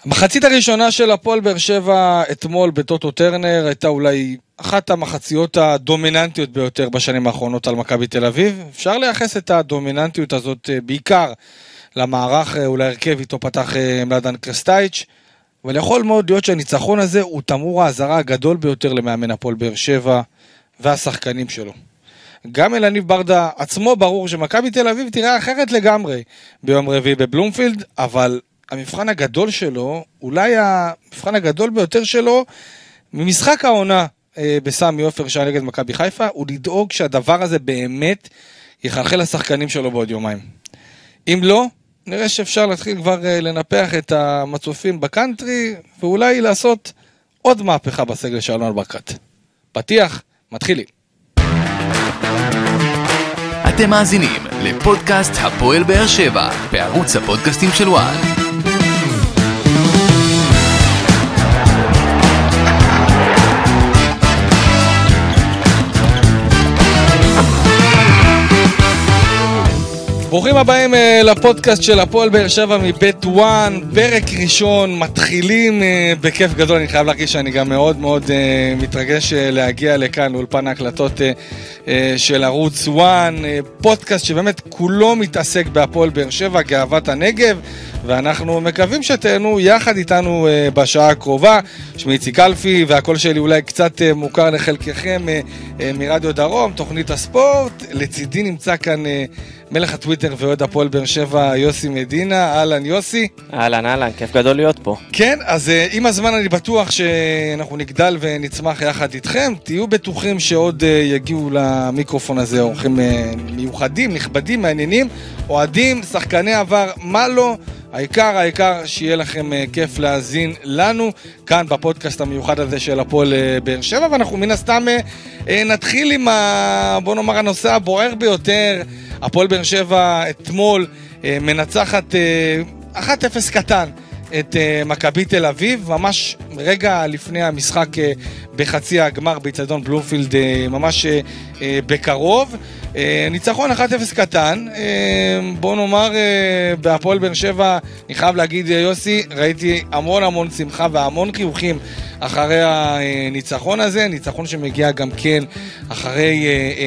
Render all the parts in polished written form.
המחצית הראשונה של הפועל באר שבע אתמול בטוטו טרנר הייתה אולי אחת המחציות הדומיננטיות ביותר בשנים האחרונות על מכבי תל אביב. אפשר לייחס את הדומיננטיות הזאת בעיקר למערך, אולי הרכב איתו פתח מלאדן קרסטייץ', אבל יכול מאוד להיות שהניצחון הזה הוא תמרור האזהרה הגדול ביותר למאמן הפועל באר שבע והשחקנים שלו. גם אלניב ברדה עצמו ברור שמכבי תל אביב תראה אחרת לגמרי ביום רביעי בבלומפילד, אבל המבחן הגדול שלו, אולי המבחן הגדול ביותר שלו, ממשחק העונה בסמי עופר שהיה נגד מכבי חיפה, הוא לדאוג שהדבר הזה באמת יחלחל לשחקנים שלו בעוד יומיים. אם לא, נראה שאפשר להתחיל כבר לנפח את המצופים בקנטרי, ואולי לעשות עוד מהפכה בסגל של אלון ברקת. פתיח, מתחילים. אתם מאזינים לפודקאסט הפועל באר שבע, בערוץ הפודקאסטים של וואן. ברוכים הבאים לפודקאסט של הפועל באר שבע מבית וואן, פרק ראשון, מתחילים בכיף גדול. אני חייב להרגיש שאני גם מאוד מאוד מתרגש להגיע לכאן לאולפן ההקלטות של ערוץ וואן, פודקאסט שבאמת כולו מתעסק בהפועל באר שבע, גאוות הנגב, ואנחנו מקווים שתהנו יחד איתנו בשעה הקרובה. שמי איציק אלפי, והקול שלי אולי קצת מוכר לחלקכם מרדיו דרום, תוכנית הספורט. לצידי נמצא כאן מלך הטוויטר ועוד הפועל באר שבע, יוסי מדינה. אהלן יוסי. אהלן, כיף גדול להיות פה. כן, אז עם הזמן אני בטוח שאנחנו נגדל ונצמח יחד איתכם. תהיו בטוחים שעוד יגיעו למיקרופון הזה אורחים מיוחדים, נכבדים, מעניינים, אוהדים, שחקני עבר, מה לא. העיקר שיהיה לכם כיף להאזין לנו כאן בפודקאסט המיוחד הזה של הפועל באר שבע, ואנחנו מן הסתם נתחיל עם בוא נאמר הנושא הבוער ביותר. הפועל באר שבע אתמול מנצחת 1-0 קטן את מכבי תל אביב, ממש רגע לפני המשחק בחצי הגמר באצטדיון בלומפילד, ממש בקרוב. ניצחון 1-0 קטן, בוא נאמר בהפועל באר שבע, אני חייב להגיד יוסי, ראיתי המון שמחה והמון חיוכים אחרי הניצחון הזה, ניצחון שמגיע גם כן אחרי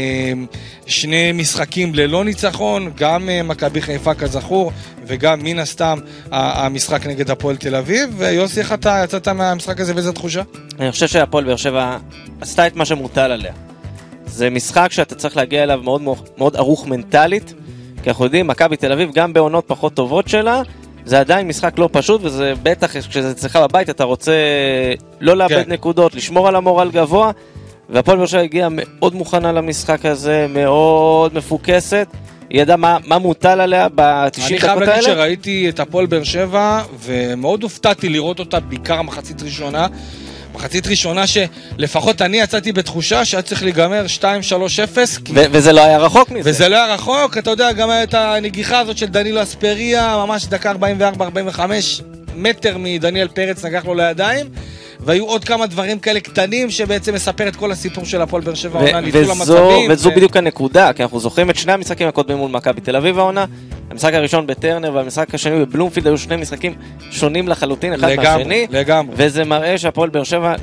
שני משחקים ללא ניצחון, גם מכבי חיפה כזכור, וגם מן הסתם המשחק נגד הפועל תל אביב. ויוסי, איך אתה יצאת מהמשחק הזה ואיזו תחושה? אני חושב שהפועל באר שבע עשתה את מה שמוטל עליה. זה משחק שאתה צריך להגיע אליו מאוד מאוד ערוך מנטלית, כי אנחנו יודעים, מכבי תל אביב גם בעונות פחות טובות שלה, זה עדיין משחק לא פשוט, וזה בטח כשזה אצלך בבית אתה רוצה לא לאבד נקודות, לשמור על המורל גבוה, והפועל באר שבע הגיעה מאוד מוכנה למשחק הזה, מאוד מפוקסת, היא ידעה מה מוטל עליה ב-90 דקות האלה. אני חייב להגיד שראיתי את הפועל באר שבע, ומאוד הופתעתי לראות אותה בעיקר מחצית ראשונה, מחצית ראשונה שלפחות אני יצאתי בתחושה שהיה צריך להיגמר 2-3-0. וזה לא היה רחוק מזה. וזה לא היה רחוק, אתה יודע, גם את הנגיחה הזאת של דנילו אספריה, ממש דקה 44-45 מטר מדניאל פרץ נגח לו לידיים, והיו עוד כמה דברים כאלה קטנים שבעצם מספר את כל הסיפור של הפועל באר שבע העונה, ניצול המצבים. וזו בדיוק הנקודה, כי אנחנו זוכרים את שני המשחקים הקודמים מול מכבי תל אביב העונה, המשחק הראשון בטרנר והמשחק השני בבלומפילד, היו שני משחקים שונים לחלוטין אחד מהשני, וזה מראה שהפועל באר שבע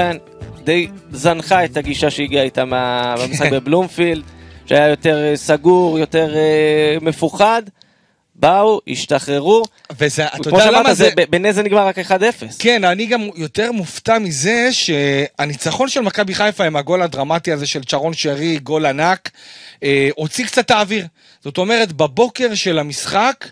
די זנחה את הגישה שהגיעה איתה במשחק בבלומפילד, שהיה יותר סגור, יותר מפוחד, באו, השתחררו, כמו שאמרת, בני זה נגמר רק 1-0. כן, אני גם יותר מופתע מזה שהניצחון של מכבי חיפה עם הגול הדרמטי הזה של צ'רון שרי, גול ענק, הוציא קצת האוויר. זאת אומרת, בבוקר של המשחק,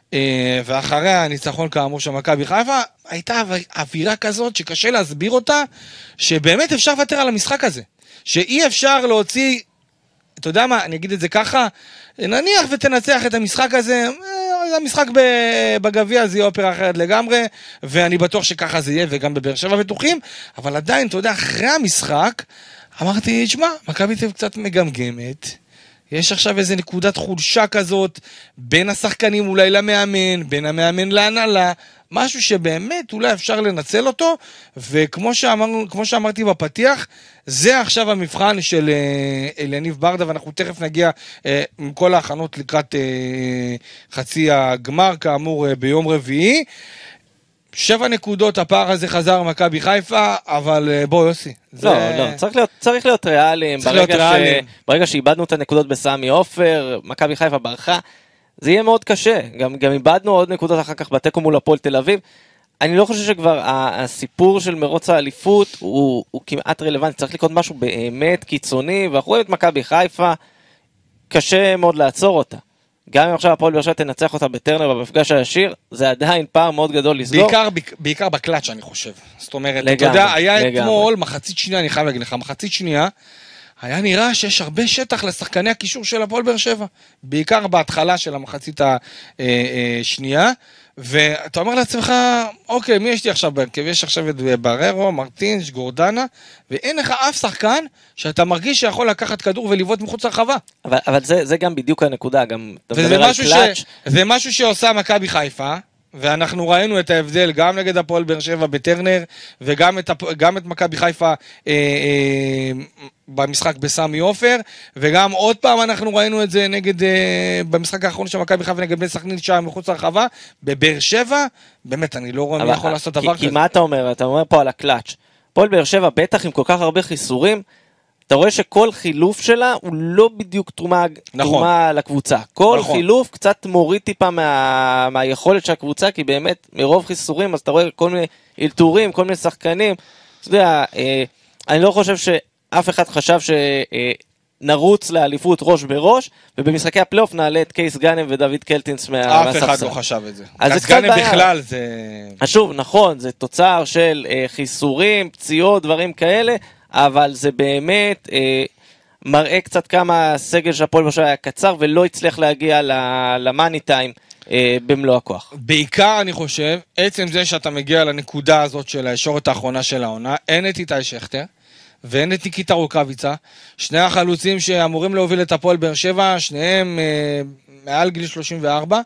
ואחרי הניצחון כאמור של מכבי חיפה, הייתה אווירה כזאת שקשה להסביר אותה, שבאמת אפשר לוותר על המשחק הזה. שאי אפשר להוציא, אתה יודע מה, אני אגיד את זה ככה, נניח ותנצח את המשחק הזה, המשחק בגביע זה יהיה אופרה אחרת לגמרי, ואני בטוח שככה זה יהיה, וגם בבאר שבע בטוחים, אבל עדיין, אתה יודע, אחרי המשחק, אמרתי, תשמע, מכבי תל אביב קצת מגמגמת, יש עכשיו איזו נקודת חולשה כזאת, בין השחקנים אולי למאמן, בין המאמן להנהלה, משהו שבאמת אולי אפשר לנצל אותו, וכמו שאמרתי בפתיח, זה עכשיו המבחן של אלניב ברדה, ואנחנו תכף נגיע עם כל ההכנות לקראת חצי הגמר, כאמור ביום רביעי. 7 נקודות, הפער הזה חזר מכבי חיפה, אבל בוא יוסי. לא, צריך להיות ריאליים. ברגע שאיבדנו את הנקודות בסמי עופר, מכבי חיפה ברחה, זה יהיה מאוד קשה. גם איבדנו עוד נקודות אחר כך בתיקו מול הפועל תל אביב. אני לא חושב שכבר הסיפור של מרוץ האליפות הוא כמעט רלוונטי, צריך לקרות משהו באמת קיצוני, ואנחנו רואים את מכבי חיפה, קשה מאוד לעצור אותה. גם אם עכשיו הפועל באר שבע תנצח אותה בטרנר במפגש הישיר, זה עדיין פער מאוד גדול לסגור. בעיקר בקלאץ' אני חושב. זאת אומרת, אתה יודע, היה אתמול מחצית שנייה, אני חייב להגיד לך, מחצית שנייה, היה נראה שיש הרבה שטח לשחקני הקישור של הפועל באר שבע. בעיקר בהתחלה של המחצית השנייה, ואתה אומר לעצמך, אוקיי, מי יש לי עכשיו בהרכב? יש עכשיו את בררו, מרטינש, גורדנה, ואין לך אף שחקן שאתה מרגיש שיכול לקחת כדור ולבעוט מחוץ לרחבה. אבל זה גם בדיוק הנקודה, גם זה משהו שעושה מכבי חיפה, ואנחנו ראינו את ההבדל גם נגד הפועל באר שבע בטרנר, וגם את מכבי חיפה במשחק בסמי עופר, וגם עוד פעם אנחנו ראינו את זה במשחק האחרון של מכבי חיפה נגד בני סכנין שם מחוץ לרחבה, בבאר שבע, באמת אני לא רואה מי יכול לעשות דבר כזה. כי מה אתה אומר? אתה אומר פה על הקלאץ'. הפועל באר שבע בטח עם כל כך הרבה חיסורים, אתה רואה שכל חילוף שלה הוא לא בדיוק תרומה לקבוצה. כל חילוף קצת מוריד טיפה מהיכולת של הקבוצה, כי באמת מרוב חיסורים, אז אתה רואה כל מיני אלתורים, כל מיני שחקנים. אתה יודע, אני לא חושב שאף אחד חשב שנרוץ לאליפות ראש בראש, ובמשחקי הפלייאוף נעלה את קייס גאנם ודוד קלטינס מהספסל. אף אחד לא חשב את זה. קייס גאנם בכלל זה... שוב, נכון, זה תוצר של חיסורים, פציעות, דברים כאלה, אבל זה באמת מראה קצת כמה הסגל של הפועל באר שבע היה קצר, ולא הצליח להגיע למאני טיים במלוא הכוח. בעיקר אני חושב, עצם זה שאתה מגיע לנקודה הזאת של הישורת האחרונה של העונה, אין את איתי שכטר, ואין את ניקיטה רוקאביצה, שני החלוצים שאמורים להוביל את הפועל באר שבע, שניהם מעל גיל 34,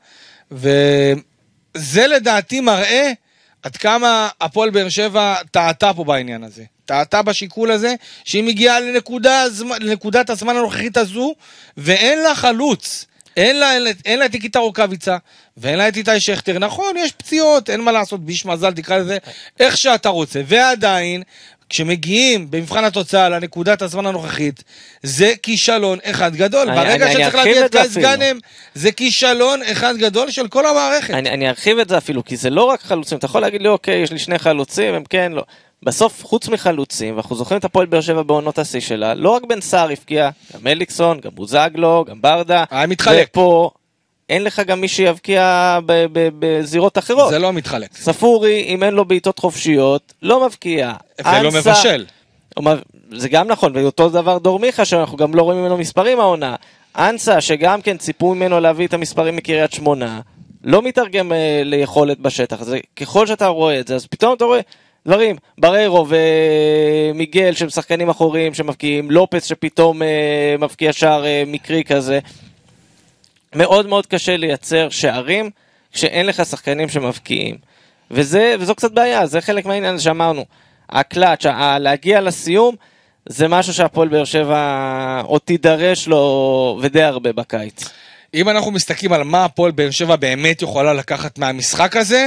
וזה לדעתי מראה עד כמה הפועל באר שבע טעתה פה בעניין הזה. טעתה בשיקול הזה, שהיא מגיעה לנקודת הזמן הנוכחית הזו, ואין לה חלוץ, אין לה את ניקיטה רוקאביצה, ואין לה את איתי שכטר. נכון, יש פציעות, אין מה לעשות, ביש מזל, תקרא לזה איך שאתה רוצה. ועדיין, כשמגיעים במבחן התוצאה לנקודת הזמן הנוכחית, זה כישלון אחד גדול. ברגע שצריך להביא את קייס גאנם, זה כישלון אחד גדול של כל המערכת. אני ארחיב את זה אפילו, כי זה לא רק חלוצים. אתה יכול להגיד לי, אוקיי, יש לי שני חלוצים, הם כן, לא. בסוף, חוץ מחלוצים, ואנחנו זוכרים את הפועל באר שבע בעונות השיא שלה, לא רק בן סער הפקיע, גם אליקסון, גם בוזגלו, גם ברדה. מתחלק. ופה אין לך גם מי שיבקיע בזירות אחרות. זה לא מתחלק. ספורי, אם אין לו בעיטות חופשיות, לא מבקיע. ולא מבשל. זה גם נכון, ואותו דבר דור מיכה, שאנחנו גם לא רואים ממנו מספרים העונה. אנסה, שגם כן ציפו ממנו להביא את המספרים מקריית שמונה, לא מתרגם ליכולת בשטח. זה, ככל שאתה רואה את זה, אז פתאום אתה רואה דברים, בררו ומיגל שהם שחקנים אחוריים שמבקיעים, לופס שפתאום מבקיע שער מקרי כזה. מאוד מאוד קשה לייצר שערים כשאין לך שחקנים שמבקיעים. וזו קצת בעיה, זה חלק מהעניין שאמרנו. הקלאץ', להגיע לסיום, זה משהו שהפועל באר שבע עוד תידרש לו ודי הרבה בקיץ. אם אנחנו מסתכלים על מה הפועל באר שבע באמת יכולה לקחת מהמשחק הזה,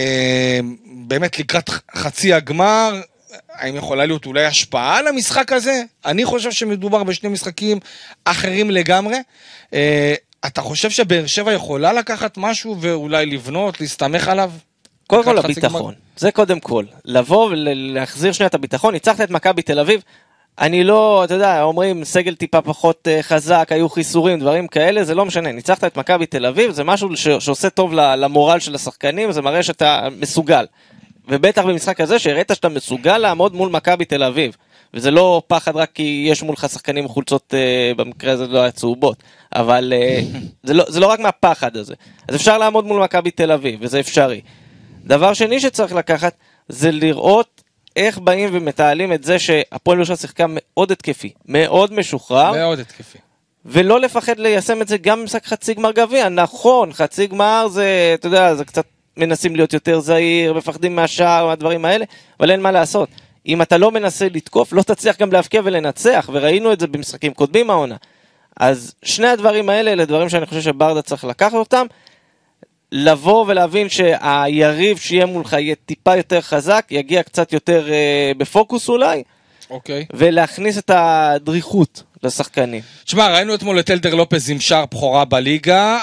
באמת לקראת חצי הגמר, האם יכולה להיות אולי השפעה על המשחק הזה? אני חושב שמדובר בשני משחקים אחרים לגמרי. אתה חושב שבאר שבע יכולה לקחת משהו ואולי לבנות, להסתמך עליו? קודם כל הביטחון, זה קודם כל. לבוא ולהחזיר שנייה את הביטחון, ניצחת את מכבי תל אביב, אני לא, אתה יודע, אומרים סגל טיפה פחות חזק, היו חיסורים, דברים כאלה, זה לא משנה. ניצחת את מכבי תל אביב, זה משהו שעושה טוב למורל של השחקנים, זה מראה שאתה מסוגל. ובטח במשחק הזה שהראית שאתה מסוגל לעמוד מול מכבי תל אביב. וזה לא פחד רק כי יש מולך שחקנים חולצות, במקרה הזה לא היה צהובות. אבל זה לא רק מהפחד הזה. אז אפשר לעמוד מול מכבי תל אביב, וזה אפשרי. דבר שני שצריך לקחת, זה לראות איך באים ומתעלים את זה שהפועל באר שבע שיחקה מאוד התקפי, מאוד משוחרר. מאוד התקפי. ולא לפחד ליישם את זה גם במשחק חצי גמר גביע. נכון, חצי גמר זה, אתה יודע, זה קצת מנסים להיות יותר זהיר, מפחדים מהשער, מהדברים האלה, אבל אין מה לעשות. אם אתה לא מנסה לתקוף, לא תצליח גם להפקיע ולנצח, וראינו את זה במשחקים קודמים העונה. אז שני הדברים האלה, אלה דברים שאני חושב שברדה צריך לקחת אותם, לבוא ולהבין שהיריב שיהיה מולך יהיה טיפה יותר חזק, יגיע קצת יותר בפוקוס אולי, אוקיי. ולהכניס את הדריכות לשחקנים. תשמע, ראינו אתמול את אלדר לופז עם שער בכורה בליגה,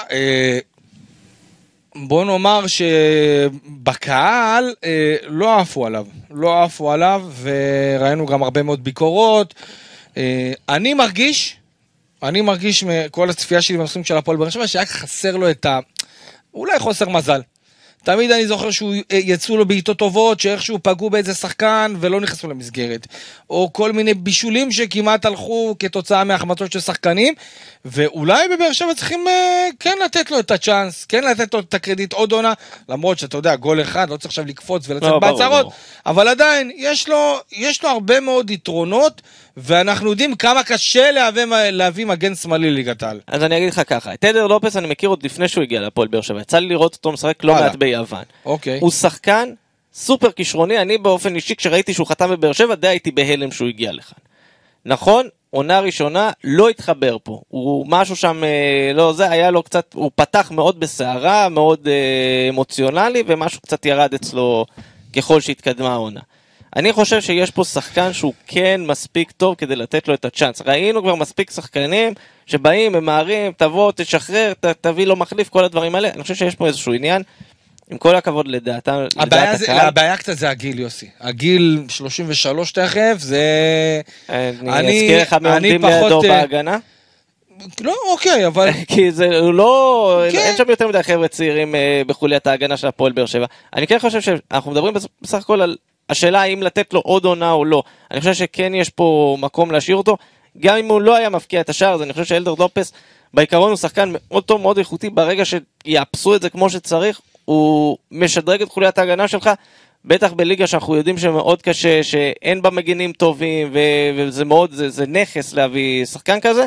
בוא נאמר שבקהל לא עפו עליו, וראינו גם הרבה מאוד ביקורות. אני מרגיש מכל הצפייה שלי במשחקים של הפועל באר שבע, שהיה חסר לו את אולי חוסר מזל. תמיד אני זוכר שהוא יצאו לו בעיטות טובות, שאיכשהו פגעו באיזה שחקן ולא נכנסו למסגרת. או כל מיני בישולים שכמעט הלכו כתוצאה מהחמצות של שחקנים, ואולי בבאר שבע צריכים כן לתת לו את הצ'אנס, כן לתת לו את הקרדיט עוד עונה, למרות שאתה יודע, גול אחד, לא צריך עכשיו לקפוץ ולצאת בהצהרות, אבל עדיין, יש לו הרבה מאוד יתרונות, ואנחנו יודעים כמה קשה להביא מגן שמאלי ליגת העל. אז אני אגיד לך ככה, את אלדר לופס אני מכיר עוד לפני שהוא הגיע לפועל באר שבע, יצא לי לראות אותו משחק לא מעט ביוון. אוקיי. הוא שחקן סופר כישרוני, אני באופן אישי כשראיתי שהוא חתם בבאר שבע, די הייתי בהלם שהוא הגיע לכאן. נכון, עונה ראשונה לא התחבר פה, הוא משהו שם, לא זה, היה לו קצת, הוא פתח מאוד בסערה, מאוד אמוציונלי, ומשהו קצת ירד אצלו ככל שהתקדמה העונה. אני חושב שיש פה שחקן שהוא כן מספיק טוב כדי לתת לו את הצ'אנס. ראינו כבר מספיק שחקנים שבאים, ממהרים, תבוא, תשחרר, תביא לו מחליף, כל הדברים האלה. אני חושב שיש פה איזשהו עניין, עם כל הכבוד לדעת הקהל. הבעיה קצת זה הגיל, יוסי. הגיל 33 תכף, זה... אני אזכיר לך מעומדים לידו בהגנה? לא, אוקיי, אבל... כי זה לא... אין שם יותר מדי חבר'ה צעירים בחוליית ההגנה של הפועל באר שבע. אני כן חושב שאנחנו מדברים בסך הכל על השאלה האם לתת לו עוד עונה או לא. אני חושב שכן יש פה מקום להשאיר אותו. גם אם הוא לא היה מפקיע את השער, אז אני חושב שאלדר לופס בעיקרון הוא שחקן מאוד טוב, מאוד איכותי. ברגע שיאפסו את זה כמו שצריך, הוא משדרג את חוליית ההגנה שלך, בטח בליגה שאנחנו יודעים שמאוד קשה, שאין בה מגנים טובים, וזה מאוד, זה נכס להביא שחקן כזה.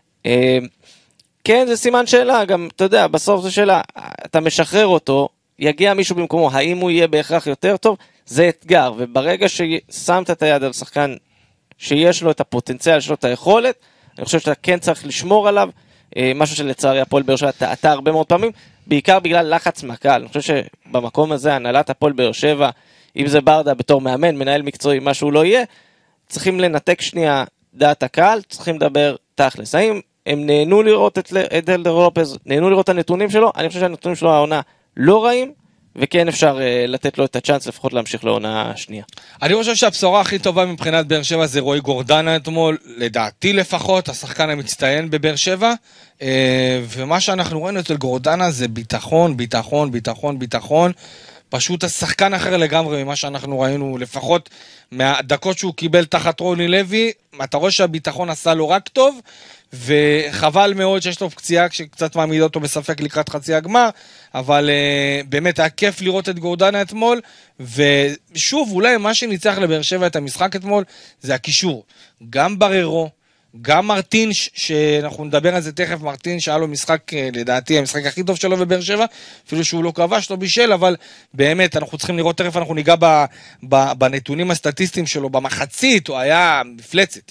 כן, זה סימן שאלה, גם, אתה יודע, בסוף זו שאלה, אתה משחרר אותו, יגיע מישהו במקומו, האם הוא יהיה בהכרח יותר טוב? זה אתגר, וברגע ששמת את היד על שחקן שיש לו את הפוטנציאל, יש לו את היכולת, אני חושב שאתה כן צריך לשמור עליו, משהו שלצערי הפועל באר שבע טעתה הרבה מאוד פעמים, בעיקר בגלל לחץ מהקהל. אני חושב שבמקום הזה, הנהלת הפועל באר שבע, אם זה ברדה בתור מאמן, מנהל מקצועי, משהו לא יהיה, צריכים לנתק שנייה דעת הקהל, צריכים לדבר תכלס. האם הם נהנו לראות את אלדר לופז, נהנו לראות את הנתונים שלו? אני חושב שהנתונים שלו העונה לא רעים, וכן אפשר לתת לו את הצ'אנס לפחות להמשיך לעונה שנייה. אני חושב שהבשורה הכי טובה מבחינת באר שבע זה רועי גורדנה אתמול, לדעתי לפחות, השחקן המצטיין בבאר שבע, ומה שאנחנו ראינו אצל גורדנה זה ביטחון, ביטחון, ביטחון, ביטחון, פשוט השחקן אחר לגמרי ממה שאנחנו ראינו, לפחות מהדקות שהוא קיבל תחת רוני לוי, אתה רואה שהביטחון עשה לו רק טוב, וחבל מאוד שיש לו פציעה שקצת מעמיד אותו בספק לקראת חצי הגמר, אבל באמת היה כיף לראות את גורדנה אתמול, ושוב אולי מה שניצח לבאר שבע את המשחק אתמול זה הקישור, גם בררו, גם מרטינש, שאנחנו נדבר על זה תכף, מרטינש שהיה לו משחק, לדעתי המשחק הכי טוב שלו בבאר שבע, אפילו שהוא לא כבש, לא בישל, אבל באמת אנחנו צריכים לראות תכף, אנחנו ניגע בנתונים הסטטיסטיים שלו, במחצית, הוא היה מפלצת,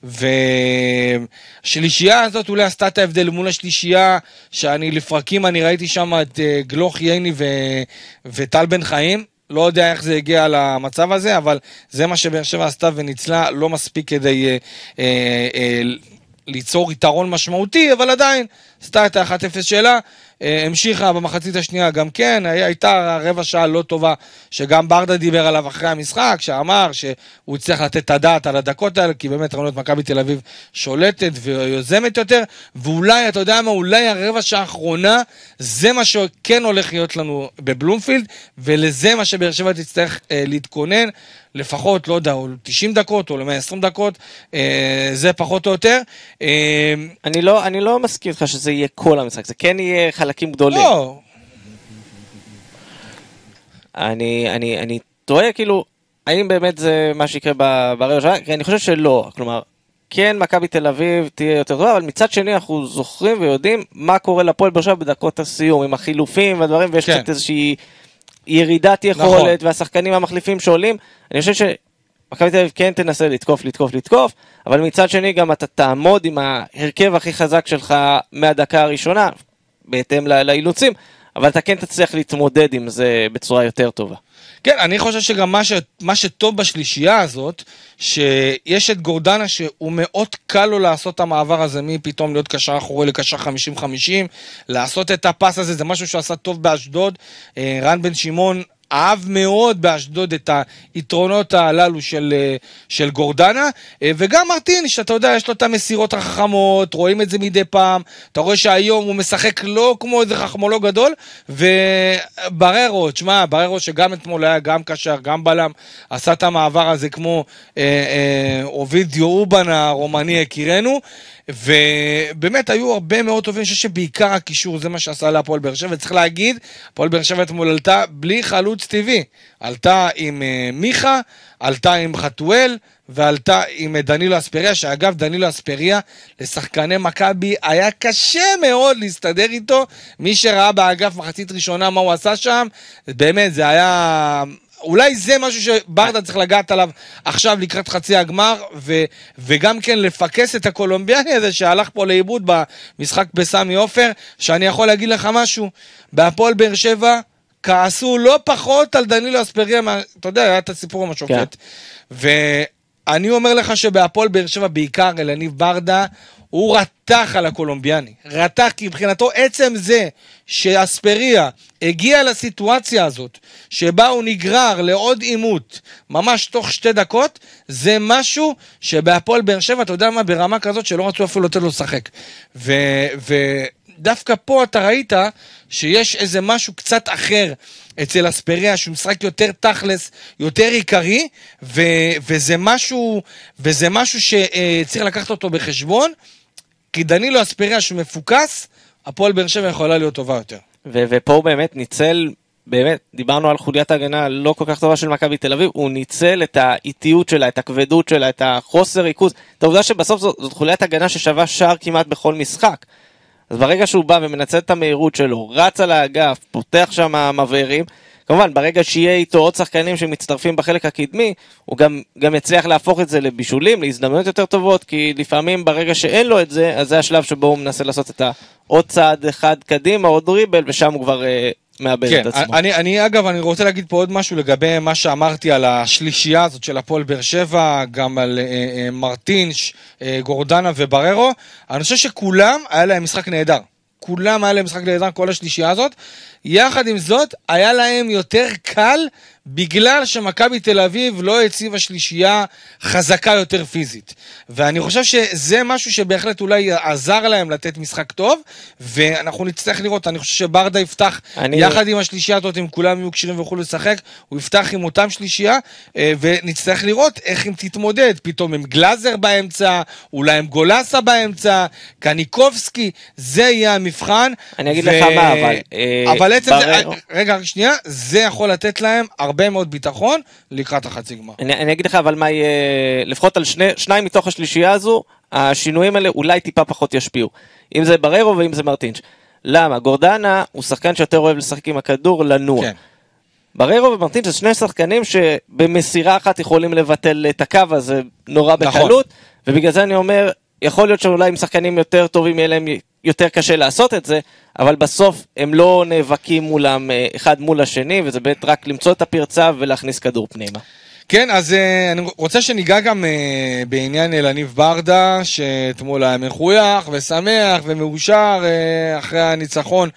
והשלישייה הזאת אולי עשתה את ההבדל מול השלישייה, שאני לפרקים, אני ראיתי שם את גלוך ייני וטל בן חיים, לא יודע איך זה הגיע למצב הזה, אבל זה מה שבאר שבע עשתה וניצלה לא מספיק כדי ליצור יתרון משמעותי, אבל עדיין עשתה את ה-1-0 שלה, המשיכה במחצית השנייה גם כן, הייתה רבע שעה לא טובה, שגם ברדה דיבר עליו אחרי המשחק, שאמר שהוא צריך לתת את הדעת על הדקות האלה, כי באמת ראינו את מכבי תל אביב שולטת ויוזמת יותר, ואולי, אתה יודע מה, אולי הרבע שעה האחרונה, זה מה שכן הולך להיות לנו בבלומפילד, ולזה מה שבאר שבע תצטרך להתכונן, לפחות, לא יודע, או 90 דקות, או 120 דקות, זה פחות או יותר. אני לא מסכים לך שזה יהיה כל המשחק, זה כן יהיה חלקים גדולים. לא. אני טועה, כאילו, האם באמת זה מה שיקרה ברבע שעה? אני חושב שלא, כלומר, כן, מכבי תל אביב תהיה יותר טובה, אבל מצד שני אנחנו זוכרים ויודעים מה קורה לפועל באר שבע בדקות הסיום, עם החילופים והדברים, ויש קצת איזושהי ירידת יכולת, והשחקנים המחליפים שעולים. אני חושב שמכבי תל אביב כן תנסה לתקוף, אבל מצד שני גם אתה תעמוד עם ההרכב הכי חזק שלך מהדקה הראשונה, בהתאם לאילוצים, אבל אתה כן תצליח להתמודד עם זה בצורה יותר טובה. כן, אני חושב שגם מה שטוב בשלישייה הזאת, שיש את גורדנה שהוא מאוד קל לו לעשות את המעבר הזה, פתאום להיות קשר אחורי לקשר 50-50, לעשות את הפס הזה, זה משהו שעשה טוב באשדוד, רן בן שמעון אהב מאוד באשדוד את היתרונות הללו של גורדנה, וגם מרטין, שאתה יודע, יש לו את המסירות החכמות, רואים את זה מדי פעם, אתה רואה שהיום הוא משחק לא כמו איזה חכמולוג גדול, ובררו, תשמע, בררו שגם אתמול היה גם קשר, גם בלם, עשה את המעבר הזה כמו אובידיו אובן הרומני הכירנו, ובאמת היו הרבה מאוד טובים, אני חושב שבעיקר הקישור זה מה שעשה לה הפועל באר שבע, וצריך להגיד, הפועל באר שבע אתמול עלתה בלי חלוץ טבעי, עלתה עם מיכה, עלתה עם חתואל, ועלתה עם דנילו אספריה, שאגב דנילו אספריה לשחקני מכבי היה קשה מאוד להסתדר איתו, מי שראה באגף מחצית ראשונה מה הוא עשה שם, באמת זה היה... אולי זה משהו שברדה צריך לגעת עליו עכשיו לקראת חצי הגמר, וגם כן לפקס את הקולומביאני הזה שהלך פה לאיבוד במשחק בסמי עופר, שאני יכול להגיד לך משהו, בהפועל באר שבע כעסו לא פחות על דנילו אספריה, אתה יודע, היה את הסיפור עם השופט, ואני אומר לך שבהפועל באר שבע בעיקר אלניב ברדה, הוא רתח על הקולומביאני, רתח כי מבחינתו עצם זה שאספריה הגיע לסיטואציה הזאת, שבה הוא נגרר לעוד עימות, ממש תוך 2 דקות, זה משהו שבהפועל באר שבע, אתה יודע מה, ברמה כזאת שלא רצו אפילו לתת לו לשחק. ודווקא פה אתה ראית שיש איזה משהו קצת אחר אצל אספריה, שהוא משחק יותר תכלס, יותר עיקרי, וזה משהו שצריך לקחת אותו בחשבון, כי דנילו אספריה שהוא מפוקס, הפועל באר שבע יכולה להיות טובה יותר. ופה הוא באמת ניצל, באמת, דיברנו על חוליית ההגנה לא כל כך טובה של מכבי תל אביב, הוא ניצל את האיטיות שלה, את הכבדות שלה, את החוסר ריכוז, את העובדה שבסוף זאת חוליית הגנה ששווה שער כמעט בכל משחק. אז ברגע שהוא בא ומנצל את המהירות שלו, רץ על האגף, פותח שם מבערים, כמובן, ברגע שיהיה איתו עוד שחקנים שמצטרפים בחלק הקדמי, הוא גם יצליח להפוך את זה לבישולים, להזדמנויות יותר טובות, כי לפעמים ברגע שאין לו את זה, אז זה השלב שבו הוא מנסה לעשות את עוד צעד אחד קדימה, עוד דריבל, ושם הוא כבר מאבד את עצמו. אגב, אני רוצה להגיד פה עוד משהו לגבי מה שאמרתי על השלישייה הזאת של הפועל באר שבע, גם על מרטינש, גורדנה ובררו. אני חושב שכולם היה להם משחק נהדר. כולם היה להם משחק נהדר, כל השלישייה הזאת. יחד עם זאת, היה להם יותר קל, בגלל שמכבי תל אביב לא הציבה שלישייה חזקה יותר פיזית. ואני חושב שזה משהו שבהחלט אולי עזר להם לתת משחק טוב, ואנחנו נצטרך לראות, אני חושב שברדה יפתח יחד עם השלישייה הזאת, אם כולם יהיו קשירים ויוכלו לשחק, הוא יפתח עם אותם שלישייה, ונצטרך לראות איך הם תתמודד, פתאום עם גלאזר באמצע, אולי עם גולסה באמצע, קניקובסקי, זה יהיה המבחן. אני אגיד לך מה, אבל עצם זה, רגע, שנייה, זה יכול לתת להם הרבה מאוד ביטחון לקראת החצי גמר. אני אגיד לך, אבל מה יהיה, לפחות על שניים מתוך השלישייה הזו, השינויים האלה אולי טיפה פחות ישפיעו. אם זה בררו ואם זה מרטינש. למה? גורדנה הוא שחקן שיותר אוהב לשחק עם הכדור, לנוע. כן. בררו ומרטינש זה שני שחקנים שבמסירה אחת יכולים לבטל את הקו הזה נורא בקלות, ובגלל זה אני אומר, יכול להיות שאולי עם שחקנים יותר טובים יהיה להם יותר קשה לעשות את זה, אבל בסוף הם לא נאבקים מולם אחד מול השני, וזה באמת רק למצוא את הפרצה ולהכניס כדור פנימה. כן, אז אני רוצה שניגע גם בעניין אלניב ברדה, שאתמול היה מחוייך ושמח ומאושר אחרי הניצחון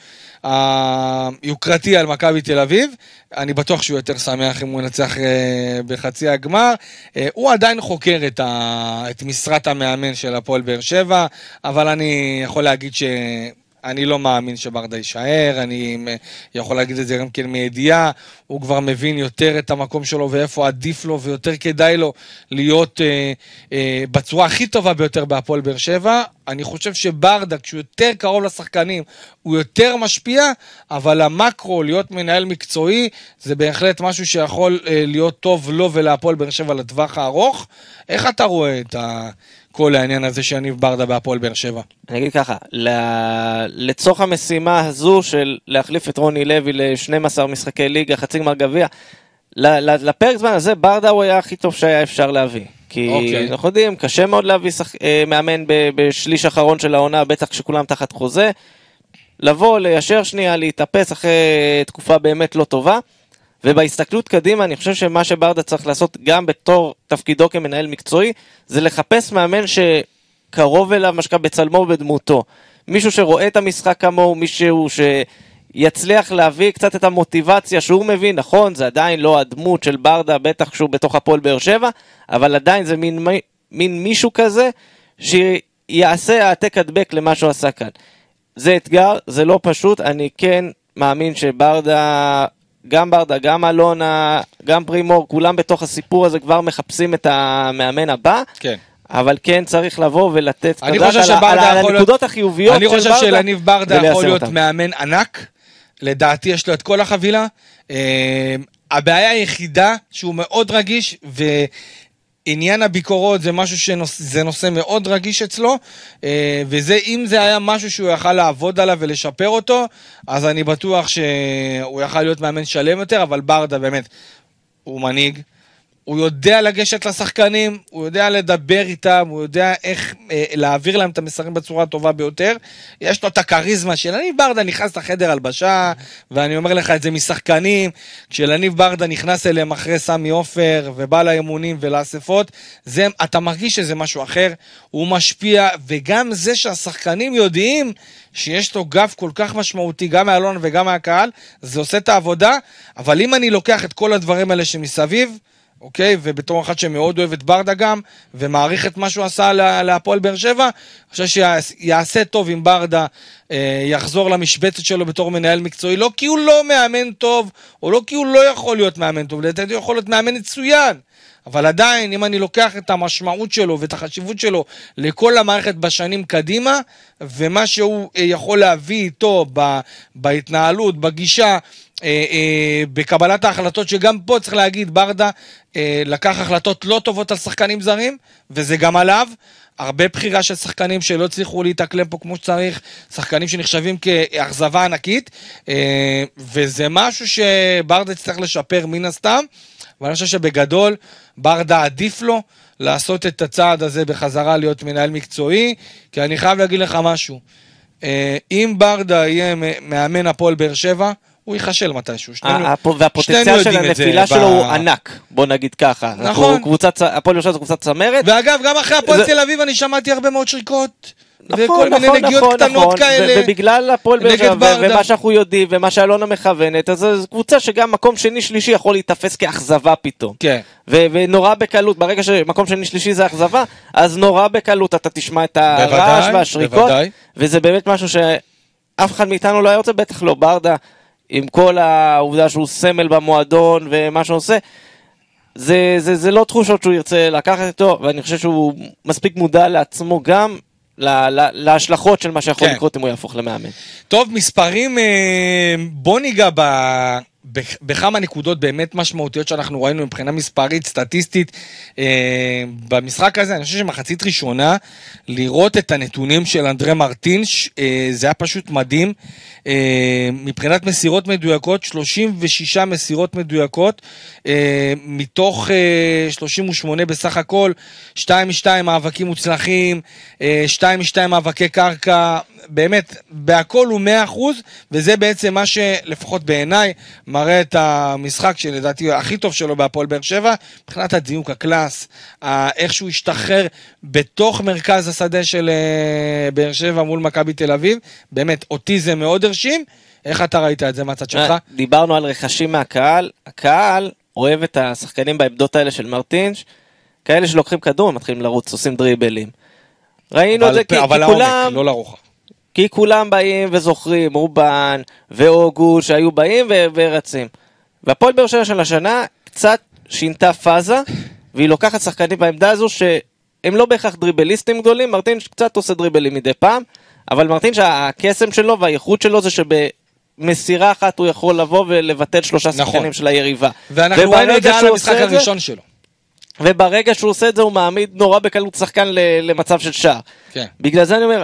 היוקרתי על מכבי תל אביב. אני בטוח שהוא יותר שמח אם הוא ינצח בחצי הגמר. הוא עדיין חוקר את משרת המאמן של הפועל באר שבע, אבל אני יכול להגיד אני לא מאמין שברדה יישאר, אני יכול להגיד את זה גם כן מידיעה, הוא כבר מבין יותר את המקום שלו ואיפה עדיף לו ויותר כדאי לו להיות בצורה הכי טובה ביותר בהפועל באר שבע. אני חושב שברדה, כשהוא יותר קרוב לשחקנים, הוא יותר משפיע, אבל המקרו, להיות מנהל מקצועי, זה בהחלט משהו שיכול להיות טוב לו ולהפועל באר שבע לטווח הארוך. איך אתה רואה את כל העניין הזה שיניב ברדה בהפועל באר שבע? אני אגיד ככה, לצורך המשימה הזו של להחליף את רוני לוי ל-12 משחקי ליגה, חצי גמר גביע, לפרק זמן הזה ברדה הוא היה הכי טוב שהיה אפשר להביא. כי אנחנו יודעים, קשה מאוד להביא מאמן בשליש האחרון של העונה, בטח כשכולם תחת חוזה. לבוא, ליישר שנייה, להתאפס אחרי תקופה באמת לא טובה, ובהסתכלות קדימה, אני חושב שמה שברדה צריך לעשות גם בתור תפקידו כמנהל מקצועי, זה לחפש מאמן שקרוב אליו, משקע בצלמו ובדמותו. מישהו שרואה את המשחק כמוהו, מישהו שיצליח להביא קצת את המוטיבציה שהוא מבין, נכון, זה עדיין לא הדמות של ברדה, בטח כשהוא בתוך הפועל באר שבע, אבל עדיין זה מין מישהו כזה, שיעשה העתק הדבק למה שהוא עשה כאן. זה אתגר, זה לא פשוט, אני כן מאמין שברדה, גם אלונה, גם פרימור, כולם בתוך הסיפור הזה כבר מחפשים את המאמן הבא, כן. אבל כן צריך לבוא ולתת קדש על הנקודות החיוביות של ברדה. אני חושב שלניב ברדה יכול להיות מאמן ענק, לדעתי יש לו את כל החבילה, הבעיה היחידה שהוא מאוד רגיש, עניין הביקורות זה משהו זה נושא מאוד רגיש אצלו, וזה אם זה היה משהו שהוא יכל לעבוד עליו ולשפר אותו, אז אני בטוח שהוא יכל להיות מאמן שלם יותר, אבל ברדה באמת הוא מנהיג, הוא יודע לגשת לשחקנים, הוא יודע לדבר איתם, הוא יודע איך להעביר להם את המסרים בצורה הטובה ביותר, יש לו את הקריזמה של לניב ברדה נכנס לחדר הלבשה, ואני אומר לך את זה משחקנים, כשלניב ברדה נכנס אליהם אחרי סמי עופר, ובא לאימונים ולאספות, אתה מרגיש שזה משהו אחר, הוא משפיע, וגם זה שהשחקנים יודעים, שיש לו גב כל כך משמעותי, גם מהאלון וגם מהקהל, זה עושה את העבודה, אבל אם אני לוקח את כל הדברים האלה שמסביב, אוקיי, ובתור אחד שמאוד אוהב את ברדה גם, ומעריך את מה שהוא עשה להפועל באר שבע, אני חושב שיעשה טוב אם ברדה יחזור למשבצת שלו בתור מנהל מקצועי, לא כי הוא לא מאמן טוב, או לא כי הוא לא יכול להיות מאמן טוב, לדעתי הוא יכול להיות מאמן מצוין, אבל עדיין, אם אני לוקח את המשמעות שלו ואת החשיבות שלו לכל המערכת בשנים קדימה, ומה שהוא יכול להביא איתו בהתנהלות, בגישה, בקבלת ההחלטות, שגם פה צריך להגיד, ברדה לקח החלטות לא טובות על שחקנים זרים, וזה גם עליו, הרבה בחירה של שחקנים שלא צריכו להתאקלם פה כמו שצריך, שחקנים שנחשבים כאכזבה ענקית, וזה משהו שברדה צריך לשפר מן הסתם, ואני חושב שבגדול ברדה עדיף לו לעשות את הצעד הזה בחזרה להיות מנהל מקצועי, כי אני חייב להגיד לך משהו, אם ברדה יהיה מאמן הפועל באר שבע, הוא יחשל מתישהו. והפוטנציאל של הנפילה שלו הוא ענק, בוא נגיד ככה. נכון. הפועל באר שבע זה קבוצת צמרת. ואגב, גם אחרי הפועל תל אביב אני שמעתי הרבה מאוד שריקות. וכל מיני נגיעות קטנות כאלה. ובגלל הפועל באר שבע ומה שאנחנו יודעים ומה שאלונה מכוונת, אז זו קבוצה שגם מקום שני שלישי יכול להתאפס כאכזבה פתאום. כן. ונורא בקלות, ברגע שמקום שני שלישי זה אכזבה, אז נורא בקלות אתה תשמע את הרעש והשריקות. וזה באמת משהו שאף אחד מאיתנו לא היה רוצה, בטח לא ברדה. עם כל העובדה שהוא סמל במועדון ומה שהוא עושה, זה לא תחושות שהוא ירצה לקחת איתו, ואני חושב שהוא מספיק מודע לעצמו גם להשלכות של מה שיכול לקרות אם הוא יהפוך למאמן. טוב, מספרים, בוא ניגע בכמה נקודות באמת משמעותיות שאנחנו ראינו מבחינה מספרית, סטטיסטית, במשחק הזה. אני חושב שמחצית ראשונה, לראות את הנתונים של אנדרי מרטינש, זה היה פשוט מדהים, מבחינת מסירות מדויקות, 36 מסירות מדויקות, מתוך 38 בסך הכל, 2-2 מאבקים מוצלחים, 2-2 מאבקי קרקע, באמת, בהכל הוא 100%, וזה בעצם מה שלפחות בעיניי מראה את המשחק שלדעתי הכי טוב שלו בהפועל באר שבע, מבחינת הדיוק, הקלאס, איך שהוא השתחרר בתוך מרכז השדה של באר שבע מול מכבי תל אביב, באמת, אותי זה מאוד הרשים. איך אתה ראית את זה מהצד שלך? דיברנו על רכשים מהקהל, הקהל אוהב את השחקנים בעמדות האלה של מרטינש, כאלה שלוקחים כדור, מתחילים לרוץ, עושים דריבלים. ראינו את זה כי כולם... לא לרוחב. כי כולם באים וזוכרים, רובן ואוגו שהיו באים ורצים. והפועל באר שבע של השנה קצת שינתה פאזה, והיא לוקחת שחקנים בעמדה הזו שהם לא בהכרח דריבליסטים גדולים, מרטינש קצת עושה דריבלים מדי פעם, אבל מרטינש הקסם שלו והייחוד שלו זה שבמסירה אחת הוא יכול לבוא ולבטל 3 שחקנים של היריבה. ואנחנו ראינו את זה על המשחק הראשון שלו. וברגע שהוא עושה את זה הוא מעמיד נורא בקלות שחקן למצב של שער. כן. בגלל זה אני אומר,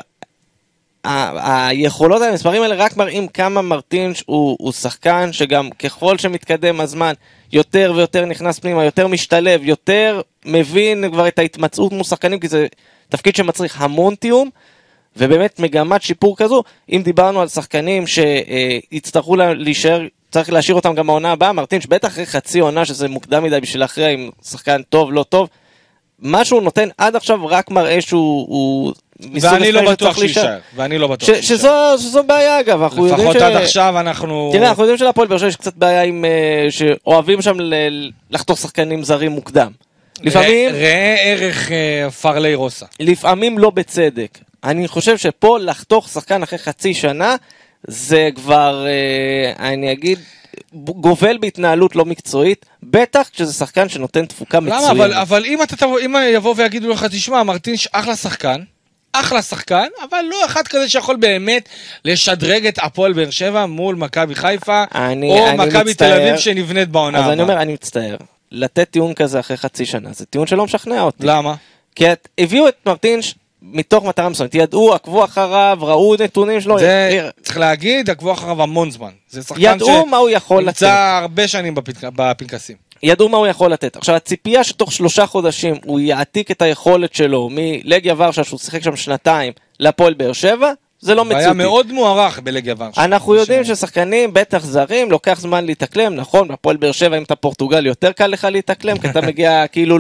היכולות המספרים האלה רק מראים כמה מרטינש הוא שחקן שגם ככל שמתקדם הזמן יותר ויותר נכנס פנימה, יותר משתלב, יותר מבין כבר את ההתמצאות מול שחקנים, כי זה תפקיד שמצריך המון תיאום, ובאמת מגמת שיפור כזו, אם דיברנו על שחקנים שיצטרכו להישאר, צריך להשאיר אותם גם העונה הבאה, מרטינש בטח אחרי חצי עונה שזה מוקדם מדי בשביל להכריע אם שחקן טוב, לא טוב, מה שהוא נותן עד עכשיו רק מראה שהוא ואני לא בטוח שישאר. ואני לא בטוח שזו בעיה אגב. לפחות עד עכשיו אנחנו... תראה, אנחנו יודעים שלהפועל באר שבע יש קצת בעיה עם... שאוהבים שם לחתוך שחקנים זרים מוקדם. לפעמים... ראה ערך פרלי רוסה. לפעמים לא בצדק. אני חושב שפה לחתוך שחקן אחרי חצי שנה, זה כבר, אני אגיד... גובל בהתנהלות לא מקצועית, בטח כשזה שחקן שנותן תפוקה מצוינת. למה? אבל אם יבוא ויגידו לך, תשמע, מרטינש אחלה שחקן, אבל לא אחד כזה שיכול באמת לשדרג את הפועל באר שבע מול מכבי חיפה, או מכבי תל אביב שנבנית בעונה הבאה. אז אני אומר, אני מצטער. לתת טיעון כזה אחרי חצי שנה, זה טיעון שלא משכנע אותי. למה? כי הביאו את מרטינש מתוך מטרה מסוימת, ידעו, עקבו אחריו, ראו נתונים שלו. זה צריך להגיד, עקבו אחריו המון זמן. זה שחקן ידעו מה הוא יכול לתת. נמצא הרבה שנים בפנקסים. ידעו מה הוא יכול לתת. עכשיו, הציפייה שתוך 3 חודשים הוא יעתיק את היכולת שלו מלגיה ורשה, שהוא שיחק שם 2 לפועל באר שבע, זה לא מציאותי. היה מאוד מוערך בלגיה ורשה. אנחנו יודעים ששחקנים, בטח זרים, לוקח זמן להתאקלם, נכון, בפועל באר שבע, אם אתה פורטוגל, יותר קל לך להתאקלם, כי אתה מגיע כאילו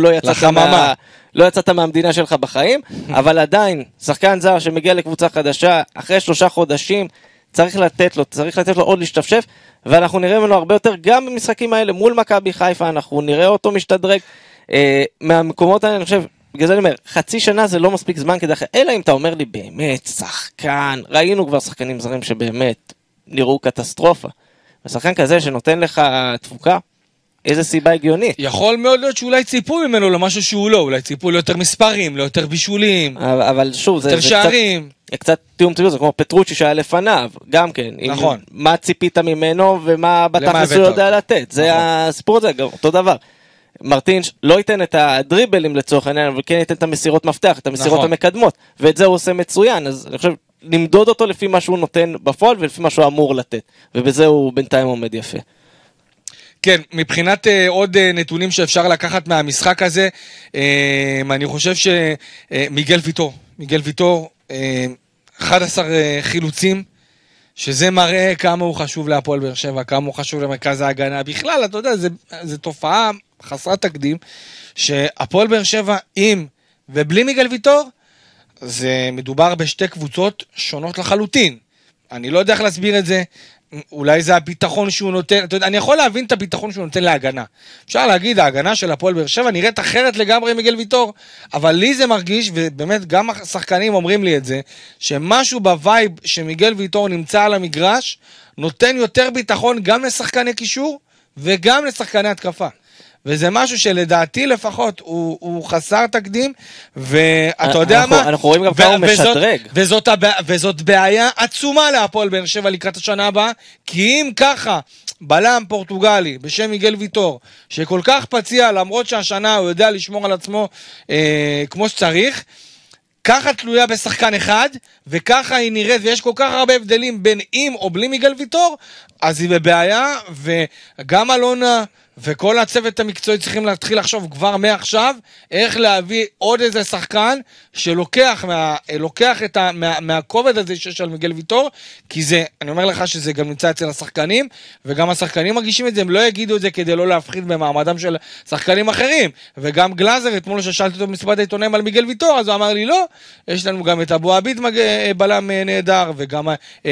לא יצאת מהמדינה שלך בחיים, אבל עדיין, שחקן זר שמגיע לקבוצה חדשה, אחרי 3 חודשים, צריך לתת לו עוד להשתפשף, ואנחנו נראה ממנו הרבה יותר, גם במשחקים האלה, מול מכבי חיפה, אנחנו נראה אותו משתדרג, מהמקומות האלה, אני חושב, בגלל זה אני אומר, חצי שנה זה לא מספיק זמן כדי אחרי, אלא אם אתה אומר לי, באמת, שחקן, ראינו כבר שחקנים זרים שבאמת נראו קטסטרופה, ושחקן כזה שנותן לך תפוקה, איזה סיבה הגיונית. יכול מאוד להיות שאולי ציפו ממנו למשהו שהוא לא, אולי ציפו ליותר מספרים, ליותר בישולים, אבל שוב, יותר שערים. קצת תיאום ציבור, זה כמו פטרוצ'י שהיה לפניו, גם כן. נכון. מה ציפית ממנו ומה בתכלס הוא יודע לתת. זה הסיפור הזה, אותו דבר. מרטינש לא ייתן את הדריבלים לצורך העניין, אבל כן ייתן את המסירות מפתח, את המסירות המקדמות, ואת זה הוא עושה מצוין, אז אני חושב, למדוד אותו לפי מה שהוא נותן בפועל, ולפי מה שהוא אמור לתת, ובזה הוא בינתיים עומד יפה. כן, מבחינת עוד נתונים שאפשר לקחת מהמשחק הזה, אני חושב שמיגל ויטור, 11 חילוצים, שזה מראה כמה הוא חשוב להפועל באר שבע, כמה הוא חשוב למרכז ההגנה. בכלל, אתה יודע, זה תופעה חסרת תקדים, שהפועל באר שבע עם ובלי מיגל ויטור, זה מדובר בשתי קבוצות שונות לחלוטין. אני לא יודע איך להסביר את זה, אולי זה הביטחון שהוא נותן, אתה יודע, אני יכול להבין את הביטחון שהוא נותן להגנה. אפשר להגיד, ההגנה של הפועל באר שבע נראית אחרת לגמרי מיגל ויטור, אבל לי זה מרגיש, ובאמת גם השחקנים אומרים לי את זה, שמשהו בווייב שמיגל ויטור נמצא על המגרש, נותן יותר ביטחון גם לשחקני קישור, וגם לשחקני התקפה. וזה משהו שלדעתי לפחות הוא חסר תקדים, ואתה יודע מה? אנחנו רואים גם כמה הוא משדרג. וזאת בעיה עצומה להפועל באר שבע לקראת השנה הבאה, כי אם ככה, בלם פורטוגלי בשם מיגל ויטור, שכל כך פציע למרות שהשנה הוא יודע לשמור על עצמו כמו שצריך, ככה תלויה בשחקן אחד, וככה היא נראית, ויש כל כך הרבה הבדלים בין עם או בלי מיגל ויטור, אז היא בבעיה, וגם אלונה וכל הצוות המקצועי צריכים להתחיל לחשוב כבר מעכשיו, איך להביא עוד איזה שחקן שלוקח מהכובד הזה שיש על מיגל ויטור, כי זה, אני אומר לך שזה גם נמצא אצל השחקנים, וגם השחקנים מרגישים את זה, הם לא יגידו את זה כדי לא להפחיד במעמדם של שחקנים אחרים, וגם גלאזר, אתמול ששאלתי אותו במסיבת העיתונאים על מיגל ויטור, אז הוא אמר לי לא, יש לנו גם את אבו עביד בלם נהדר, וגם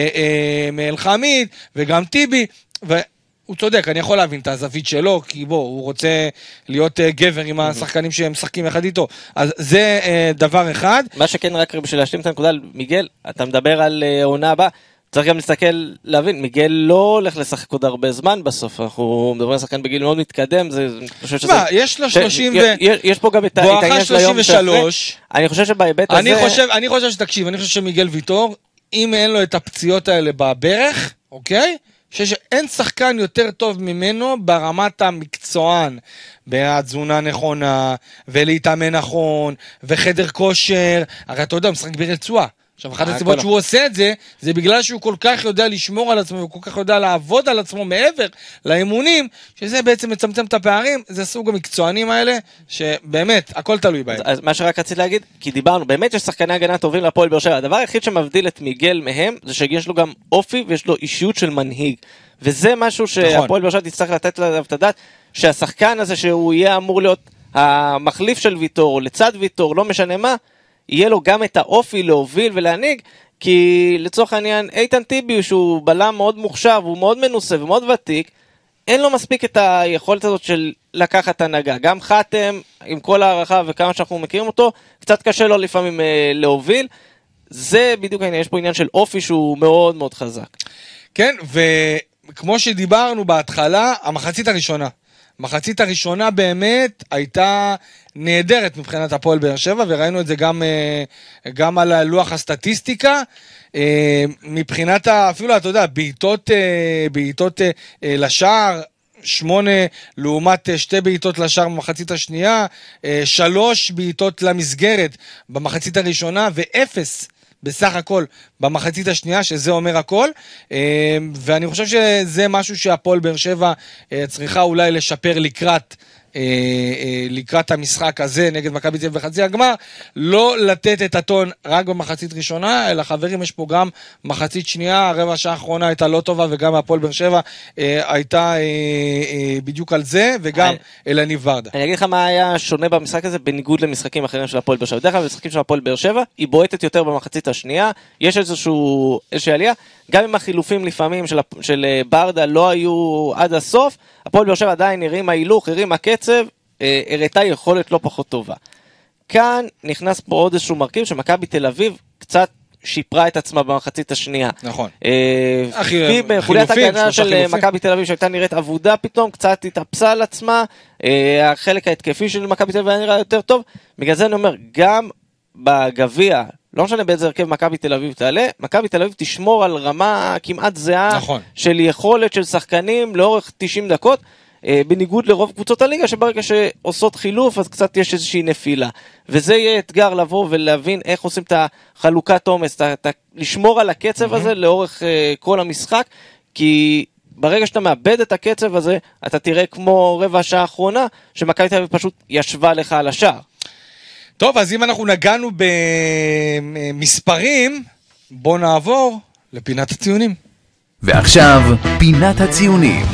אלחמיד, וגם טיבי, הוא צודק, אני יכול להבין את הזווית שלו, כי הוא רוצה להיות גבר עם השחקנים שהם משחקים אחד איתו. אז זה דבר אחד. מה שכן, רק בשביל להשלים את הנקודה, מיגל, אתה מדבר על עונה הבאה, צריך גם להסתכל, להבין, מיגל לא הולך לשחק עוד הרבה זמן בסוף, אנחנו מדברים על שחקן בגיל מאוד מתקדם, מה, יש לו 30 יש פה גם את העניין של היום שאחרי, אני חושב שבהיבט הזה... אני חושב שתקשיב, אני חושב שמיגל ויטור, אם אין לו את הפציעות האלה בברך, אוקיי? שאין שחקן יותר טוב ממנו ברמת המקצוען, בתזונה נכונה, ולהתאמן נכון, וחדר כושר, הרי אתה יודע, משחק ברצועה, עכשיו, אחת הסיבות שהוא עושה את זה, זה בגלל שהוא כל כך יודע לשמור על עצמו, וכל כך יודע לעבוד על עצמו מעבר לאימונים, שזה בעצם מצמצם את הפערים, זה סוג המקצוענים האלה, שבאמת, הכל תלוי בהם. אז מה שרק רציתי להגיד, כי דיברנו, באמת יש שחקני הגנה טובים להפועל באר שבע, הדבר היחיד שמבדיל את מיגל מהם, זה שיש לו גם אופי, ויש לו אישיות של מנהיג, וזה משהו שהפועל באר שבע תצטרך לתת עליו את הדעת, שהשחקן הזה שהוא יהיה אמור להיות המחליף של ויטור, או לצד ויטור, לא משנה מה, יהיה לו גם את האופי להוביל ולהנהיג, כי לצורך העניין, איתן טיבי, שהוא בלם מאוד מוכשר, והוא מאוד מנוסה ומאוד ותיק, אין לו מספיק את היכולת הזאת של לקחת הנהגה. גם חתם, עם כל הערכה וכמה שאנחנו מכירים אותו, קצת קשה לו לפעמים להוביל. זה בדיוק העניין, יש פה עניין של אופי שהוא מאוד מאוד חזק. כן, וכמו שדיברנו בהתחלה, המחצית הראשונה באמת הייתה נהדרת מבחינת הפועל באר שבע, וראינו את זה גם על לוח הסטטיסטיקה, מבחינת אפילו, אתה יודע, בעיטות לשער, 8 לעומת 2 בעיטות לשער במחצית השנייה, 3 בעיטות למסגרת במחצית הראשונה, ו0 בסך הכל במחצית השנייה, שזה אומר הכל, ואני חושב שזה משהו שהפועל באר שבע צריכה אולי לשפר לקראת המשחק הזה נגד מכבי תל אביב בחצי הגמר, לא לתת את הטון רק במחצית ראשונה, אלא חברים, יש פה גם מחצית שנייה, הרבע שעה האחרונה הייתה לא טובה, וגם הפועל באר שבע הייתה בדיוק על זה, וגם אלניב ורדה. אני אגיד לך מה היה שונה במשחק הזה, בניגוד למשחקים אחרים של הפועל באר שבע. דרך כלל במשחקים של הפועל באר שבע, היא בועטת יותר במחצית השנייה, יש איזושהי עלייה, גם עם החילופים לפעמים של ברדה לא היו עד הסוף, הפועל באר שבע עדיין הרים ההילוך, הרים הקצב, הראתה יכולת לא פחות טובה. כאן נכנס פה עוד איזשהו מרכיב שמכבי תל אביב קצת שיפרה את עצמה במחצית השנייה. נכון. חוליית הגנה של מכבי תל אביב שהייתה נראית עבודה פתאום, קצת התאפסה על עצמה, החלק ההתקפי של מכבי תל אביב היה נראה יותר טוב, בגלל זה אני אומר, גם בגביע, לא משנה באיזה הרכב מכבי תל אביב תעלה, מכבי תל אביב תשמור על רמה כמעט זהה, נכון. של יכולת של שחקנים לאורך 90 דקות, בניגוד לרוב קבוצות הליגה, שברגע שעושות חילוף, אז קצת יש איזושהי נפילה. וזה יהיה אתגר לבוא ולהבין איך עושים את החלוקת עומס, לשמור על הקצב הזה לאורך כל המשחק, כי ברגע שאתה מאבד את הקצב הזה, אתה תראה כמו רבע שעה האחרונה, שמכבי תל אביב פשוט ישבה לך על השער. טוב, אז אם אנחנו נגענו במספרים, בוא נעבור לפינת הציונים. ועכשיו, פינת הציונים.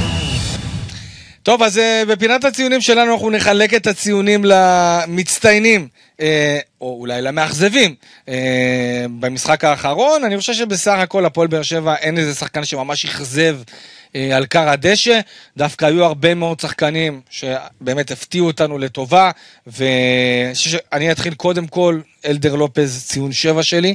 טוב, אז בפינת הציונים שלנו אנחנו נחלק את הציונים למצטיינים, או אולי למאכזבים, במשחק האחרון. אני חושב שבסך הכל הפועל באר שבע אין איזה שחקן שממש יחזב על קר הדשא, דווקא היו הרבה מאוד שחקנים שבאמת הפתיעו אותנו לטובה, ואני אתחיל קודם כל, אלדר לופז ציון 7 שלי,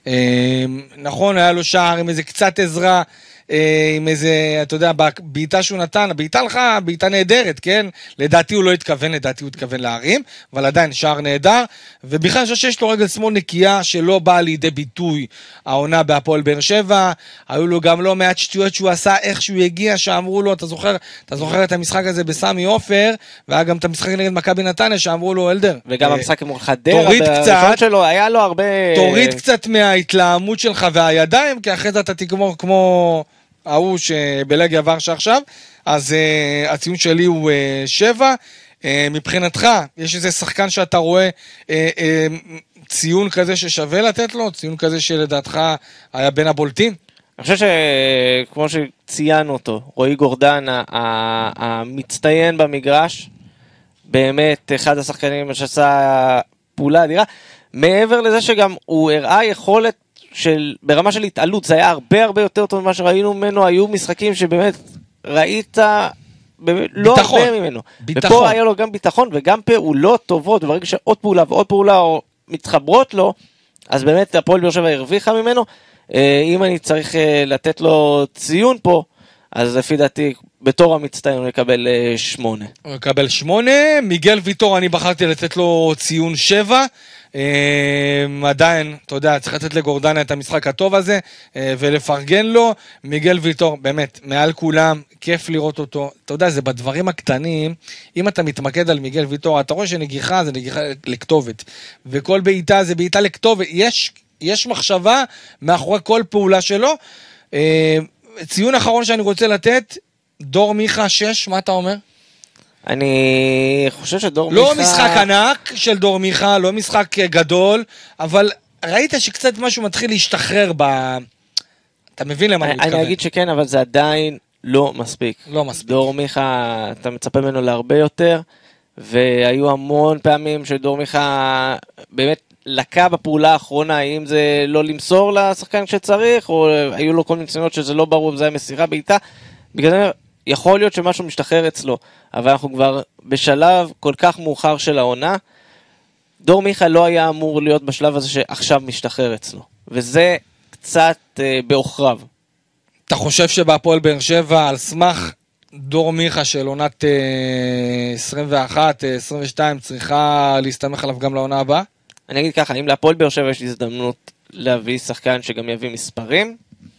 נכון, היה לו שער עם איזה קצת עזרה, עם איזה, אתה יודע, בעיטה שהוא נתן, הבעיטה לך, בעיטה נהדרת, כן? לדעתי הוא לא התכוון, לדעתי הוא התכוון להרים, אבל עדיין שער נהדר, ובכלל אני חושב שיש לו רגל שמאל נקייה, שלא באה לידי ביטוי העונה בהפועל באר שבע, היו לו גם לא מעט שטויות שהוא עשה, איך שהוא הגיע, שאמרו לו, אתה זוכר את המשחק הזה בסמי עופר, והיה גם את המשחק נגד מכבי נתניה, שאמרו לו, אלדר, וגם המשחק מול חדרה, בראשון שלו, היה לו הרבה... תוריד קצת מההתלהמות שלך והידיים, כי אחרי זה אתה תגמור כמו... ההוא שבלגיה ורשה עכשיו, אז הציון שלי הוא 7. מבחינתך, יש איזה שחקן שאתה רואה ציון כזה ששווה לתת לו, ציון כזה שלדעתך היה בין הבולטים? אני חושב שכמו שציינו אותו, רועי גורדן, המצטיין במגרש, באמת אחד השחקנים שעשה פעולה אדירה, מעבר לזה שגם הוא הראה יכולת ברמה של התעלות, זה היה הרבה הרבה יותר טוב ממה שראינו ממנו, היו משחקים שבאמת ראית לא הרבה ממנו. ופה היה לו גם ביטחון וגם פעולות טובות, וברגע שעוד פעולה ועוד פעולה מתחברות לו, אז באמת הפועל באר שבע הרוויחה ממנו. אם אני צריך לתת לו ציון פה, אז לפי דעתי בתור המצטיין הוא יקבל 8. הוא יקבל 8, מיגל ויטור אני בחרתי לתת לו ציון 7, עדיין, אתה יודע, צריך לתת לגורדנה את המשחק הטוב הזה, ולפרגן לו. מיגל ויטור, באמת, מעל כולם, כיף לראות אותו. אתה יודע, זה בדברים הקטנים, אם אתה מתמקד על מיגל ויטור, אתה רואה שנגיחה זה נגיחה לכתובת, וכל בעיטה זה בעיטה לכתובת. יש יש מחשבה מאחורי כל פעולה שלו. ציון אחרון שאני רוצה לתת, דור מיכה 6, מה אתה אומר? אני חושב שדור מיכה... לא משחק ענק של דור מיכה, לא משחק גדול, אבל ראית שקצת משהו מתחיל להשתחרר אתה מבין למה אני מתכוון. אני אגיד שכן, אבל זה עדיין לא מספיק. לא מספיק. דור מיכה, אתה מצפה ממנו להרבה יותר, והיו המון פעמים שדור מיכה באמת לקה בפעולה האחרונה, האם זה לא למסור לשחקן שצריך, או היו לו כל מיני ניסיונות שזה לא ברור, זה היה מסירה בעיטה. בגלל זה יכול להיות שמשהו משתחרר אצלו, אבל אנחנו כבר בשלב כל כך מאוחר של העונה, דור מיכה לא היה אמור להיות בשלב הזה שעכשיו משתחרר אצלו, וזה קצת באוכריו. אתה חושב שבהפועל באר שבע, על סמך דור מיכה של עונת 21, 22, צריכה להסתמך עליו גם לעונה הבאה? אני אגיד ככה, אם להפועל באר שבע יש הזדמנות להביא שחקן שגם יביא מספרים,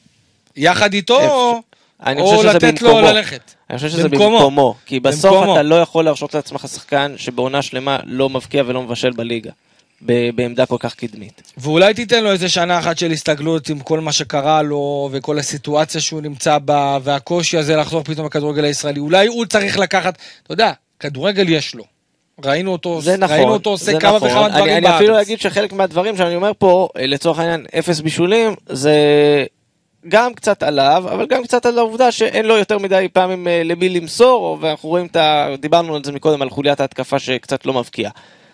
יחד איתו, או לתת לו ללכת? אני חושב שזה במקומו, כי בסוף אתה לא יכול להרשות לעצמך שחקן שבעונה שלמה לא מבקיע ולא מבשל בליגה, בעמדה כל כך קדמית. ואולי תיתן לו איזה שנה אחת של הסתגלות עם כל מה שקרה לו, וכל הסיטואציה שהוא נמצא בה, והקושי הזה לחזור פתאום לכדורגל הישראלי. אולי הוא צריך לקחת, אתה יודע, כדורגל יש לו. ראינו אותו עושה כמה וכמה דברים בארץ. אני אפילו אגיד שחלק מהדברים שאני אומר פה, לצורך העניין, 0 בישולים, זה גם קצת עליו, אבל גם קצת על העובדה שאין לו יותר מדי פעמים למי למסור, ואנחנו רואים דיברנו על זה מקודם, על חוליית ההתקפה שקצת לא מבקיע.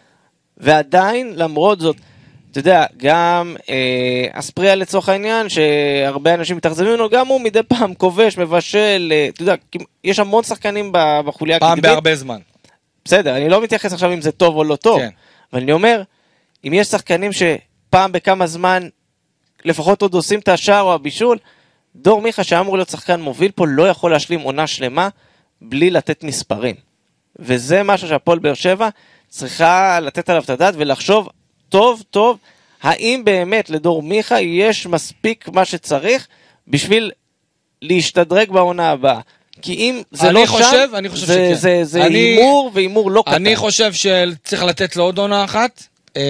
ועדיין, למרות זאת, אתה יודע, גם אספריה לצורך העניין, שהרבה אנשים מתאכזבים ממנו, גם הוא מדי פעם כובש, מבשל, אתה יודע, יש המון שחקנים בחוליה הקדמית. פעם בהרבה זמן. בסדר, אני לא מתייחס עכשיו אם זה טוב או לא טוב, כן. אבל אני אומר, אם יש שחקנים שפעם בכמה זמן, לפחות עוד עושים את השער או הבישול, דור מיכה שאמור להיות שחקן מוביל פה, לא יכול להשלים עונה שלמה, בלי לתת מספרים. וזה משהו שהפועל באר שבע צריכה לתת עליו את הדעת, ולחשוב טוב טוב, האם באמת לדור מיכה יש מספיק מה שצריך, בשביל להשתדרג בעונה הבאה. כי אם זה לא שם, זה אימור ואימור לא קטן. אני חושב שצריך לתת לו עוד עונה אחת.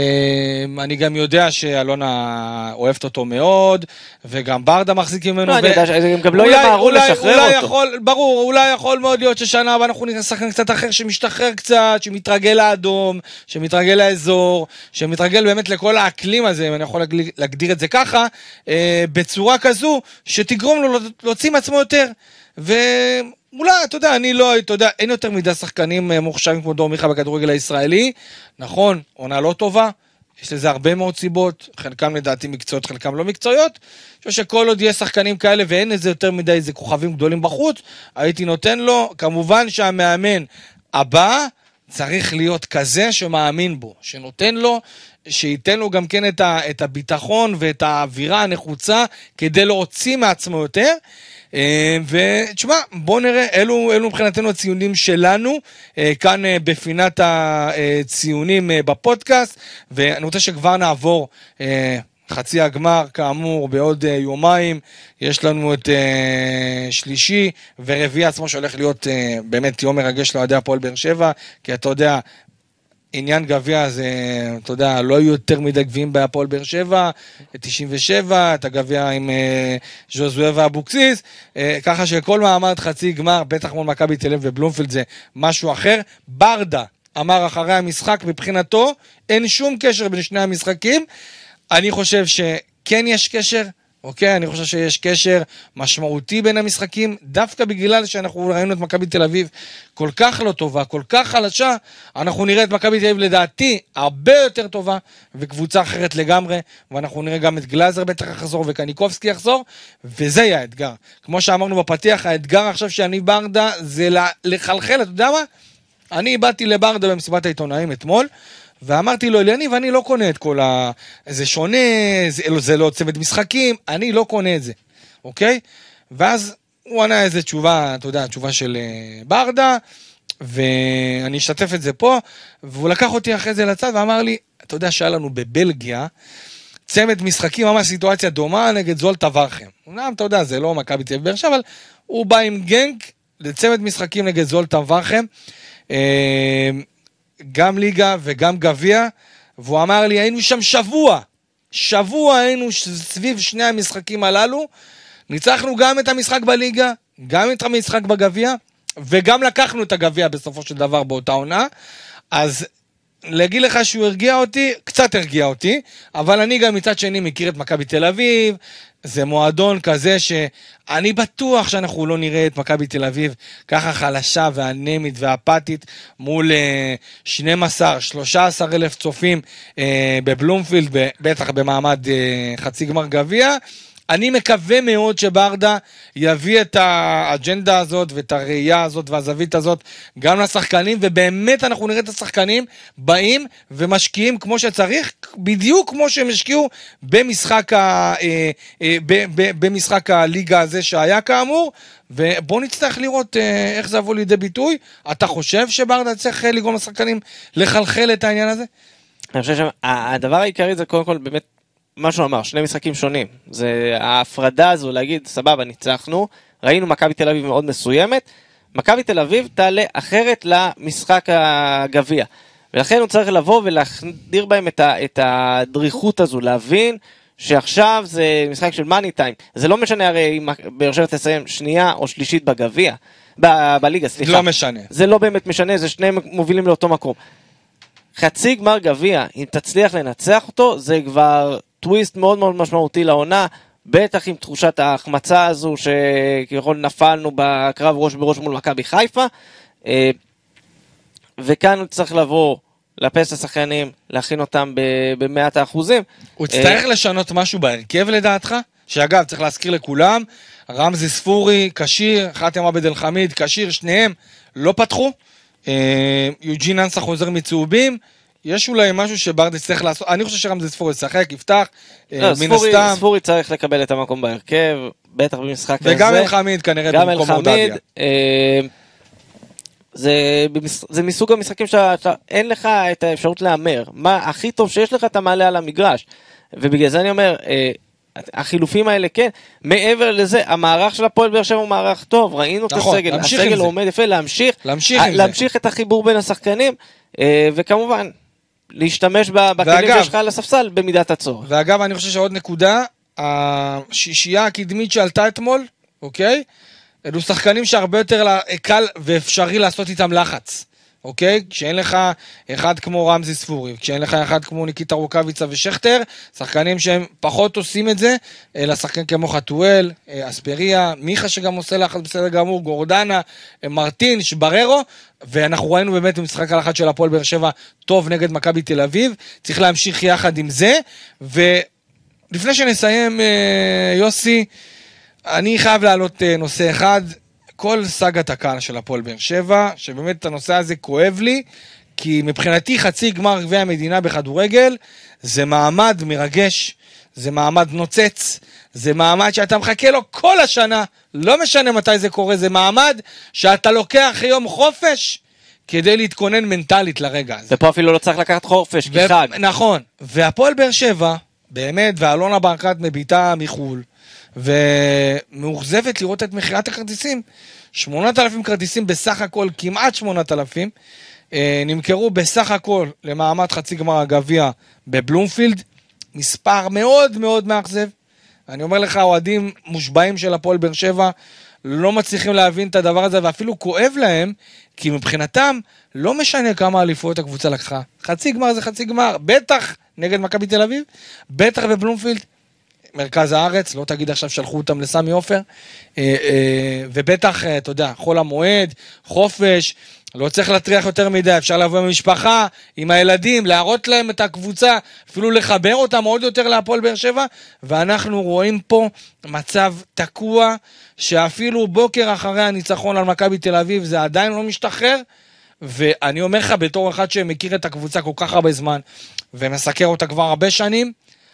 אני גם יודע שאלונה אוהבת אותו מאוד, וגם ברדה מחזיקים ממנו. גם לא יהיה מערול לשחרר אותו. ברור, אולי יכול מאוד להיות ששנה הבאה אנחנו נשחק קצת אחר, שמשתחרר קצת, שמתרגל לאדום, שמתרגל לאזור, שמתרגל באמת לכל האקלים הזה, אם אני יכול להגדיר את זה ככה, בצורה כזו, שתגרום לו להוציא מעצמו יותר. ואולי, אתה יודע, אין יותר מדי שחקנים מוכשרים כמו דור מיכה בכדורגל הישראלי. נכון, עונה לא טובה, יש לזה הרבה מאוד סיבות, חלקם לדעתי מקצועיות, חלקם לא מקצועיות. אני חושב שכל עוד יהיה שחקנים כאלה ואין איזה יותר מדי איזה כוכבים גדולים בחוץ, הייתי נותן לו, כמובן שהמאמן הבא צריך להיות כזה שמאמין בו, שנותן לו, שייתן לו גם כן את הביטחון ואת האווירה הנחוצה כדי להוציא מעצמו יותר. ותשמע, בוא נראה, אלו מבחינתנו הציונים שלנו, כאן בפינת הציונים בפודקאסט, ואני רוצה שכבר נעבור חצי הגמר, כאמור, בעוד יומיים, יש לנו את שלישי ורביעי עצמו שהולך להיות באמת יום מרגש לאוהדי הפועל באר שבע, כי אתה יודע, עניין גביע זה, אתה יודע, לא היו יותר מדי גביעים בהפועל באר שבע, 97, את הגביע עם ז'וזואה ואבוקסיס, ככה שכל מעמד חצי גמר, בטח מול מכבי תל אביב ובלומפילד זה משהו אחר. ברדה אמר אחרי המשחק, מבחינתו אין שום קשר בין שני המשחקים, אני חושב שכן יש קשר, אוקיי? אני חושב שיש קשר משמעותי בין המשחקים, דווקא בגלל שאנחנו ראינו את מכבי תל אביב כל כך לא טובה, כל כך חלשה, אנחנו נראה את מכבי תל אביב לדעתי הרבה יותר טובה, וקבוצה אחרת לגמרי, ואנחנו נראה גם את גלאזר בטח יחזור, וקניקובסקי יחזור, וזה יהיה האתגר. כמו שאמרנו בפתיח, האתגר עכשיו שאני ברדה, זה לחלחל, אתה יודע מה? אני באתי לברדה במסיבת העיתונאים אתמול, ואמרתי לו, אליני, ואני לא קונה את כל זה שונה, זה לא צוות משחקים, אני לא קונה את זה, אוקיי? ואז הוא ענה איזה תשובה, אתה יודע, תשובה של ברדה, ואני אשתף את זה פה, והוא לקח אותי אחרי זה לצד, ואמר לי, אתה יודע שהיה לנו בבלגיה, צוות משחקים, ממש סיטואציה דומה נגד זולטה ורחם. אמנם, אתה יודע, זה לא מכבי תל אביב, אבל הוא בא עם גנק לצוות משחקים נגד זולטה ורחם, גם ליגה וגם גביע, והוא אמר לי, היינו שם שבוע, שבוע היינו סביב שני המשחקים הללו, ניצחנו גם את המשחק בליגה, גם את המשחק בגביע, וגם לקחנו את הגביע בסופו של דבר באותה עונה, אז להגיד לך שהוא הרגיע אותי, קצת הרגיע אותי, אבל אני גם מצד שני מכיר את מכבי תל אביב, זה מועדון כזה שאני בטוח שאנחנו לא נראה את מכבי תל אביב ככה חלשה ואנמית ואפתית מול 12-13 אלף צופים בבלומפילד, בטח במעמד חצי גמר גביע. אני מקווה מאוד שברדה יביא את האג'נדה הזאת ואת הראייה הזאת והזווית הזאת גם לשחקנים, ובאמת אנחנו נראה את השחקנים באים ומשקיעים כמו שצריך, בדיוק כמו שהם השקיעו במשחק הליגה הזה שהיה כאמור, ובוא נצטרך לראות איך זה יבוא לידי ביטוי. אתה חושב שברדה צריך לגרום לשחקנים לחלחל את העניין הזה? אני חושב שהדבר העיקרי זה קודם כל באמת מה שהוא אמר, שני משחקים שונים. זה ההפרדה הזו להגיד, סבבה, ניצחנו, ראינו מכבי תל אביב מאוד מסוימת, מכבי תל אביב תעלה אחרת למשחק הגביע. ולכן הוא צריך לבוא ולהחדיר בהם את הדריכות הזו, להבין שעכשיו זה משחק של מאני טיים. זה לא משנה הרי אם באר שבע תסיים שנייה או שלישית בגביע, בליגה, סליחה. לא משנה. זה לא באמת משנה, זה שניהם מובילים לאותו מקום. חצי גמר גביע, אם תצליח לנצח אותו, זה כבר טוויסט מאוד מאוד משמעותי לעונה, בטח עם תחושת ההחמצה הזו שכביכול נפלנו בקרב ראש בראש מול מכבי חיפה, וכאן הוא צריך לבוא לפס השחקנים, להכין אותם ב100%. הוא יצטרך לשנות משהו בהרכב לדעתך? שאגב, צריך להזכיר לכולם, רמזי ספורי, קשיר, חתם עבד אל חמיד, קשיר, שניהם לא פתחו, יוג'ין אנסה חוזר מצהובים, יש אולי משהו שברדה צריך לעשות, אני חושב שרמזי ספורי ישחק, יפתח, מן הסתם. ספורי צריך לקבל את המקום בהרכב, בטח במשחק הזה. וגם אל חמיד כנראה במקום אורדדיה. זה מסוג המשחקים שאין לך את האפשרות לאמר, מה הכי טוב שיש לך אתה מעלה על המגרש, ובגלל זה אני אומר, החילופים האלה כן, מעבר לזה, המערך של הפועל באר שבע הוא מערך טוב, ראינו את הסגל, הסגל עומד יפה, להמשיך את החיבור בין השחקנים, וכמובן, להשתמש בכלים שיש לך על הספסל במידת הצורך. ואגב, אני חושב שעוד נקודה, השישייה הקדמית שעלתה אתמול, אוקיי? אלו שחקנים שהרבה יותר קל ואפשרי לעשות איתם לחץ, אוקיי? כשאין לך אחד כמו רמזי ספורי, כשאין לך אחד כמו ניקיטה רוקביצה ושכטר, שחקנים שהם פחות עושים את זה, אלא שחקן כמו חתואל, אספריה, מיכה שגם עושה לחץ בסדר גמור, גורדנה, מרטין, שבררו, ואנחנו ראינו באמת במשחק הלחץ של הפועל באר שבע טוב נגד מכבי תל אביב, צריך להמשיך יחד עם זה, ולפני שנסיים, יוסי, אני חייב להעלות נושא אחד, כל סגת הקהל של הפועל באר שבע, שבאמת הנושא הזה כואב לי, כי מבחינתי חצי גמר גביע המדינה בכדורגל, זה מעמד מרגש, זה מעמד נוצץ, זה מעמד שאתה מחכה לו כל השנה, לא משנה מתי זה קורה, זה מעמד שאתה לוקח יום חופש, כדי להתכונן מנטלית לרגע הזה. ופה אפילו לא צריך לקחת חופש, כי חג. נכון, והפועל באר שבע, באמת, ואלונה ברקת מביטה מחול, ומאוכזבת לראות את מחירת הכרטיסים. 8,000 כרטיסים בסך הכל, כמעט 8,000, נמכרו בסך הכל למעמד חצי גמר הגביע בבלומפילד, מספר מאוד מאוד מאכזב. אני אומר לך, אוהדים מושבעים של הפועל באר שבע לא מצליחים להבין את הדבר הזה, ואפילו כואב להם, כי מבחינתם לא משנה כמה אליפויות הקבוצה לקחה. חצי גמר זה חצי גמר, בטח נגד מכבי תל אביב, בטח בבלומפילד, מרכז הארץ, לא תגיד עכשיו שלחו אותם לסמי עופר, ובטח, אתה יודע, חול המועד, חופש, לא צריך להטריח יותר מדי, אפשר לבוא עם המשפחה, עם הילדים, להראות להם את הקבוצה, אפילו לחבר אותם עוד יותר להפועל באר שבע, ואנחנו רואים פה מצב תקוע, שאפילו בוקר אחרי הניצחון על מכבי תל אביב, זה עדיין לא משתחרר, ואני אומר לך, בתור אחד שמכיר את הקבוצה כל כך הרבה זמן, ומסקר אותה כבר הרבה שנים,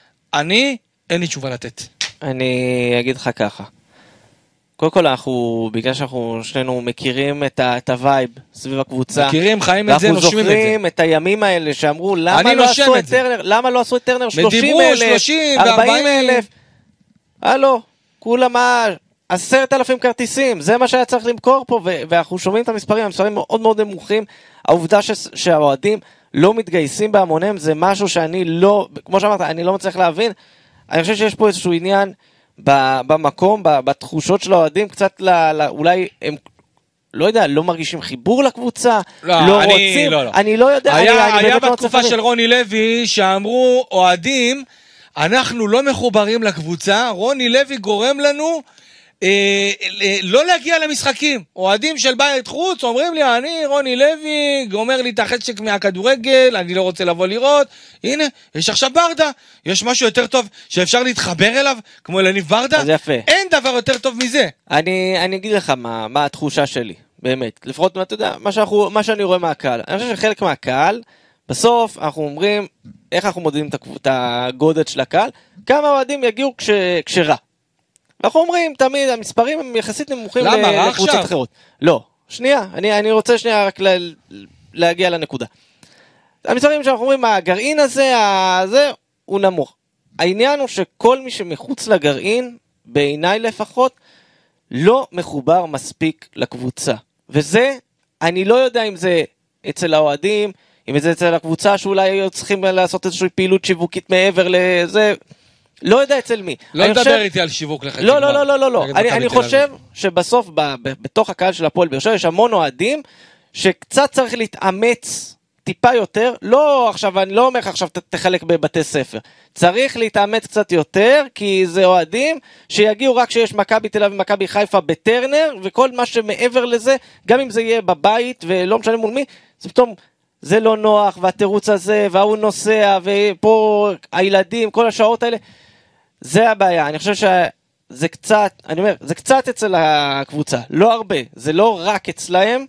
אין לי תשובה לתת. אני אגיד לך ככה. קודם כל, בגלל שאנחנו שנינו מכירים את הווייב סביב הקבוצה. מכירים, חיים את זה, נושמים את זה. ואנחנו זוכרים את הימים האלה שאמרו, למה לא עשו את טרנר 30,000, 40,000? הלו, כולם 10,000 כרטיסים, זה מה שהיה צריך למכור פה, ואנחנו שומעים את המספרים מאוד מאוד נמוכים. העובדה שהאוהדים לא מתגייסים בהמוניהם, זה משהו שאני לא, כמו שאמרת, אני לא מצליח להבין. אני חושב שיש פה איזשהו עניין במקום, בתחושות של האוהדים, קצת אולי הם, לא יודע, לא מרגישים חיבור לקבוצה, לא רוצים, אני לא יודע. היה בתקופה של רוני לוי, שאמרו, אוהדים, אנחנו לא מחוברים לקבוצה, רוני לוי גורם לנו לא להגיע למשחקים. אוהדים של בית חוץ אומרים לי, אני רוני לוי גומר לי את החשק מהכדורגל, אני לא רוצה לבוא לראות. הנה, יש עכשיו ברדה, יש משהו יותר טוב שאפשר להתחבר אליו, כמו אלניב ברדה. אז יפה. אין דבר יותר טוב מזה. אני אגיד לך מה התחושה שלי, באמת. לפחות, אתה יודע, מה שאני רואה מהקהל. אני חושב שחלק מהקהל, בסוף אנחנו אומרים, איך אנחנו מודדים את הגודל של הקהל, כמה אוהדים יגיעו כשרע. אנחנו אומרים, תמיד, המספרים הם יחסית נמוכים לקבוצות אחרות. לא, שנייה, אני רוצה שנייה רק להגיע לנקודה. המספרים שאנחנו אומרים, הגרעין הזה, הוא נמוך. העניין הוא שכל מי שמחוץ לגרעין, בעיניי לפחות, לא מחובר מספיק לקבוצה. וזה, אני לא יודע אם זה אצל האוהדים, אם זה אצל הקבוצה שאולי צריכים לעשות איזושהי פעילות שיווקית מעבר לזה, לא יודע אצל מי. לא לדבר איתי על שיווק לחצי גמר. לא. אני חושב שבסוף, בתוך הקהל של הפועל באר שבע, יש המון אוהדים, שקצת צריך להתאמץ טיפה יותר, לא עכשיו, אני לא אומר לך עכשיו תחלק בבתי ספר, צריך להתאמץ קצת יותר, כי זה אוהדים שיגיעו רק שיש מכבי תל אביב ומכבי חיפה בטרנר, וכל מה שמעבר לזה, גם אם זה יהיה בבית, ולא משנה מול מי, זה פתאום, זה לא נוח, והתירוץ הזה, והוא נוסע, ופה הילדים, כל השעות האלה, זה הבעיה. אני חושב שזה קצת, אני אומר, זה קצת אצל הקבוצה, לא הרבה, זה לא רק אצלהם,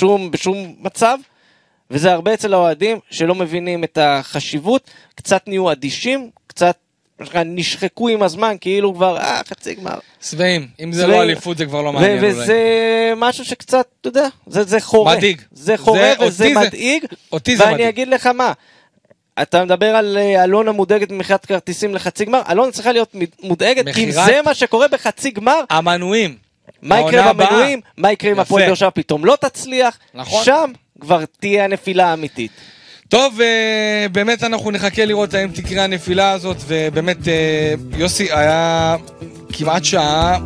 בשום מצב, וזה הרבה אצל האוהדים שלא מבינים את החשיבות, קצת נהיו אדישים, קצת נשחקו עם הזמן, כאילו כבר, חצי גמר. סבעים, אם זה לא אליפות זה כבר לא מעניין אולי. וזה משהו שקצת, אתה יודע, זה חורה. מדאיג. זה חורה וזה מדאיג, ואני אגיד לך מה, אתה מדבר על אלונה מודאגת ממכירת כרטיסים לחצי גמר, אלונה צריכה להיות מודאגת, כי זה מה שקורה בחצי גמר. המנויים. מה יקרה במנויים? מה יקרה אם הפועל באר שבע פתאום לא תצליח? שם כבר תהיה הנפילה האמיתית. טוב, באמת אנחנו נחכה לראות האם תקרה הנפילה הזאת, ובאמת יוסי היה כמעט שעה,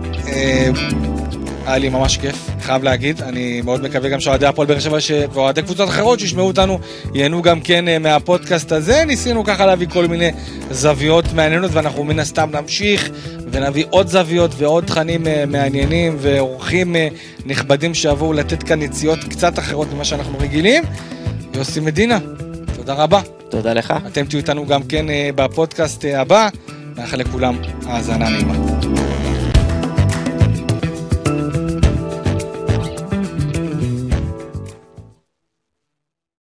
היה לי ממש כיף, חייב להגיד. אני מאוד מקווה גם שאוהדי הפועל באר שבע ואוהדי קבוצות אחרות שישמעו אותנו, ייהנו גם כן מהפודקאסט הזה. ניסינו ככה להביא כל מיני זוויות מעניינות, ואנחנו מן הסתם נמשיך ונביא עוד זוויות ועוד תכנים מעניינים ואורחים נכבדים שיבואו לתת כאן יציאות קצת אחרות ממה שאנחנו רגילים. יוסי מדינה, תודה רבה. תודה לך. אתם תהיו איתנו גם כן בפודקאסט הבא. מאחל לכולם האזנה נעימה.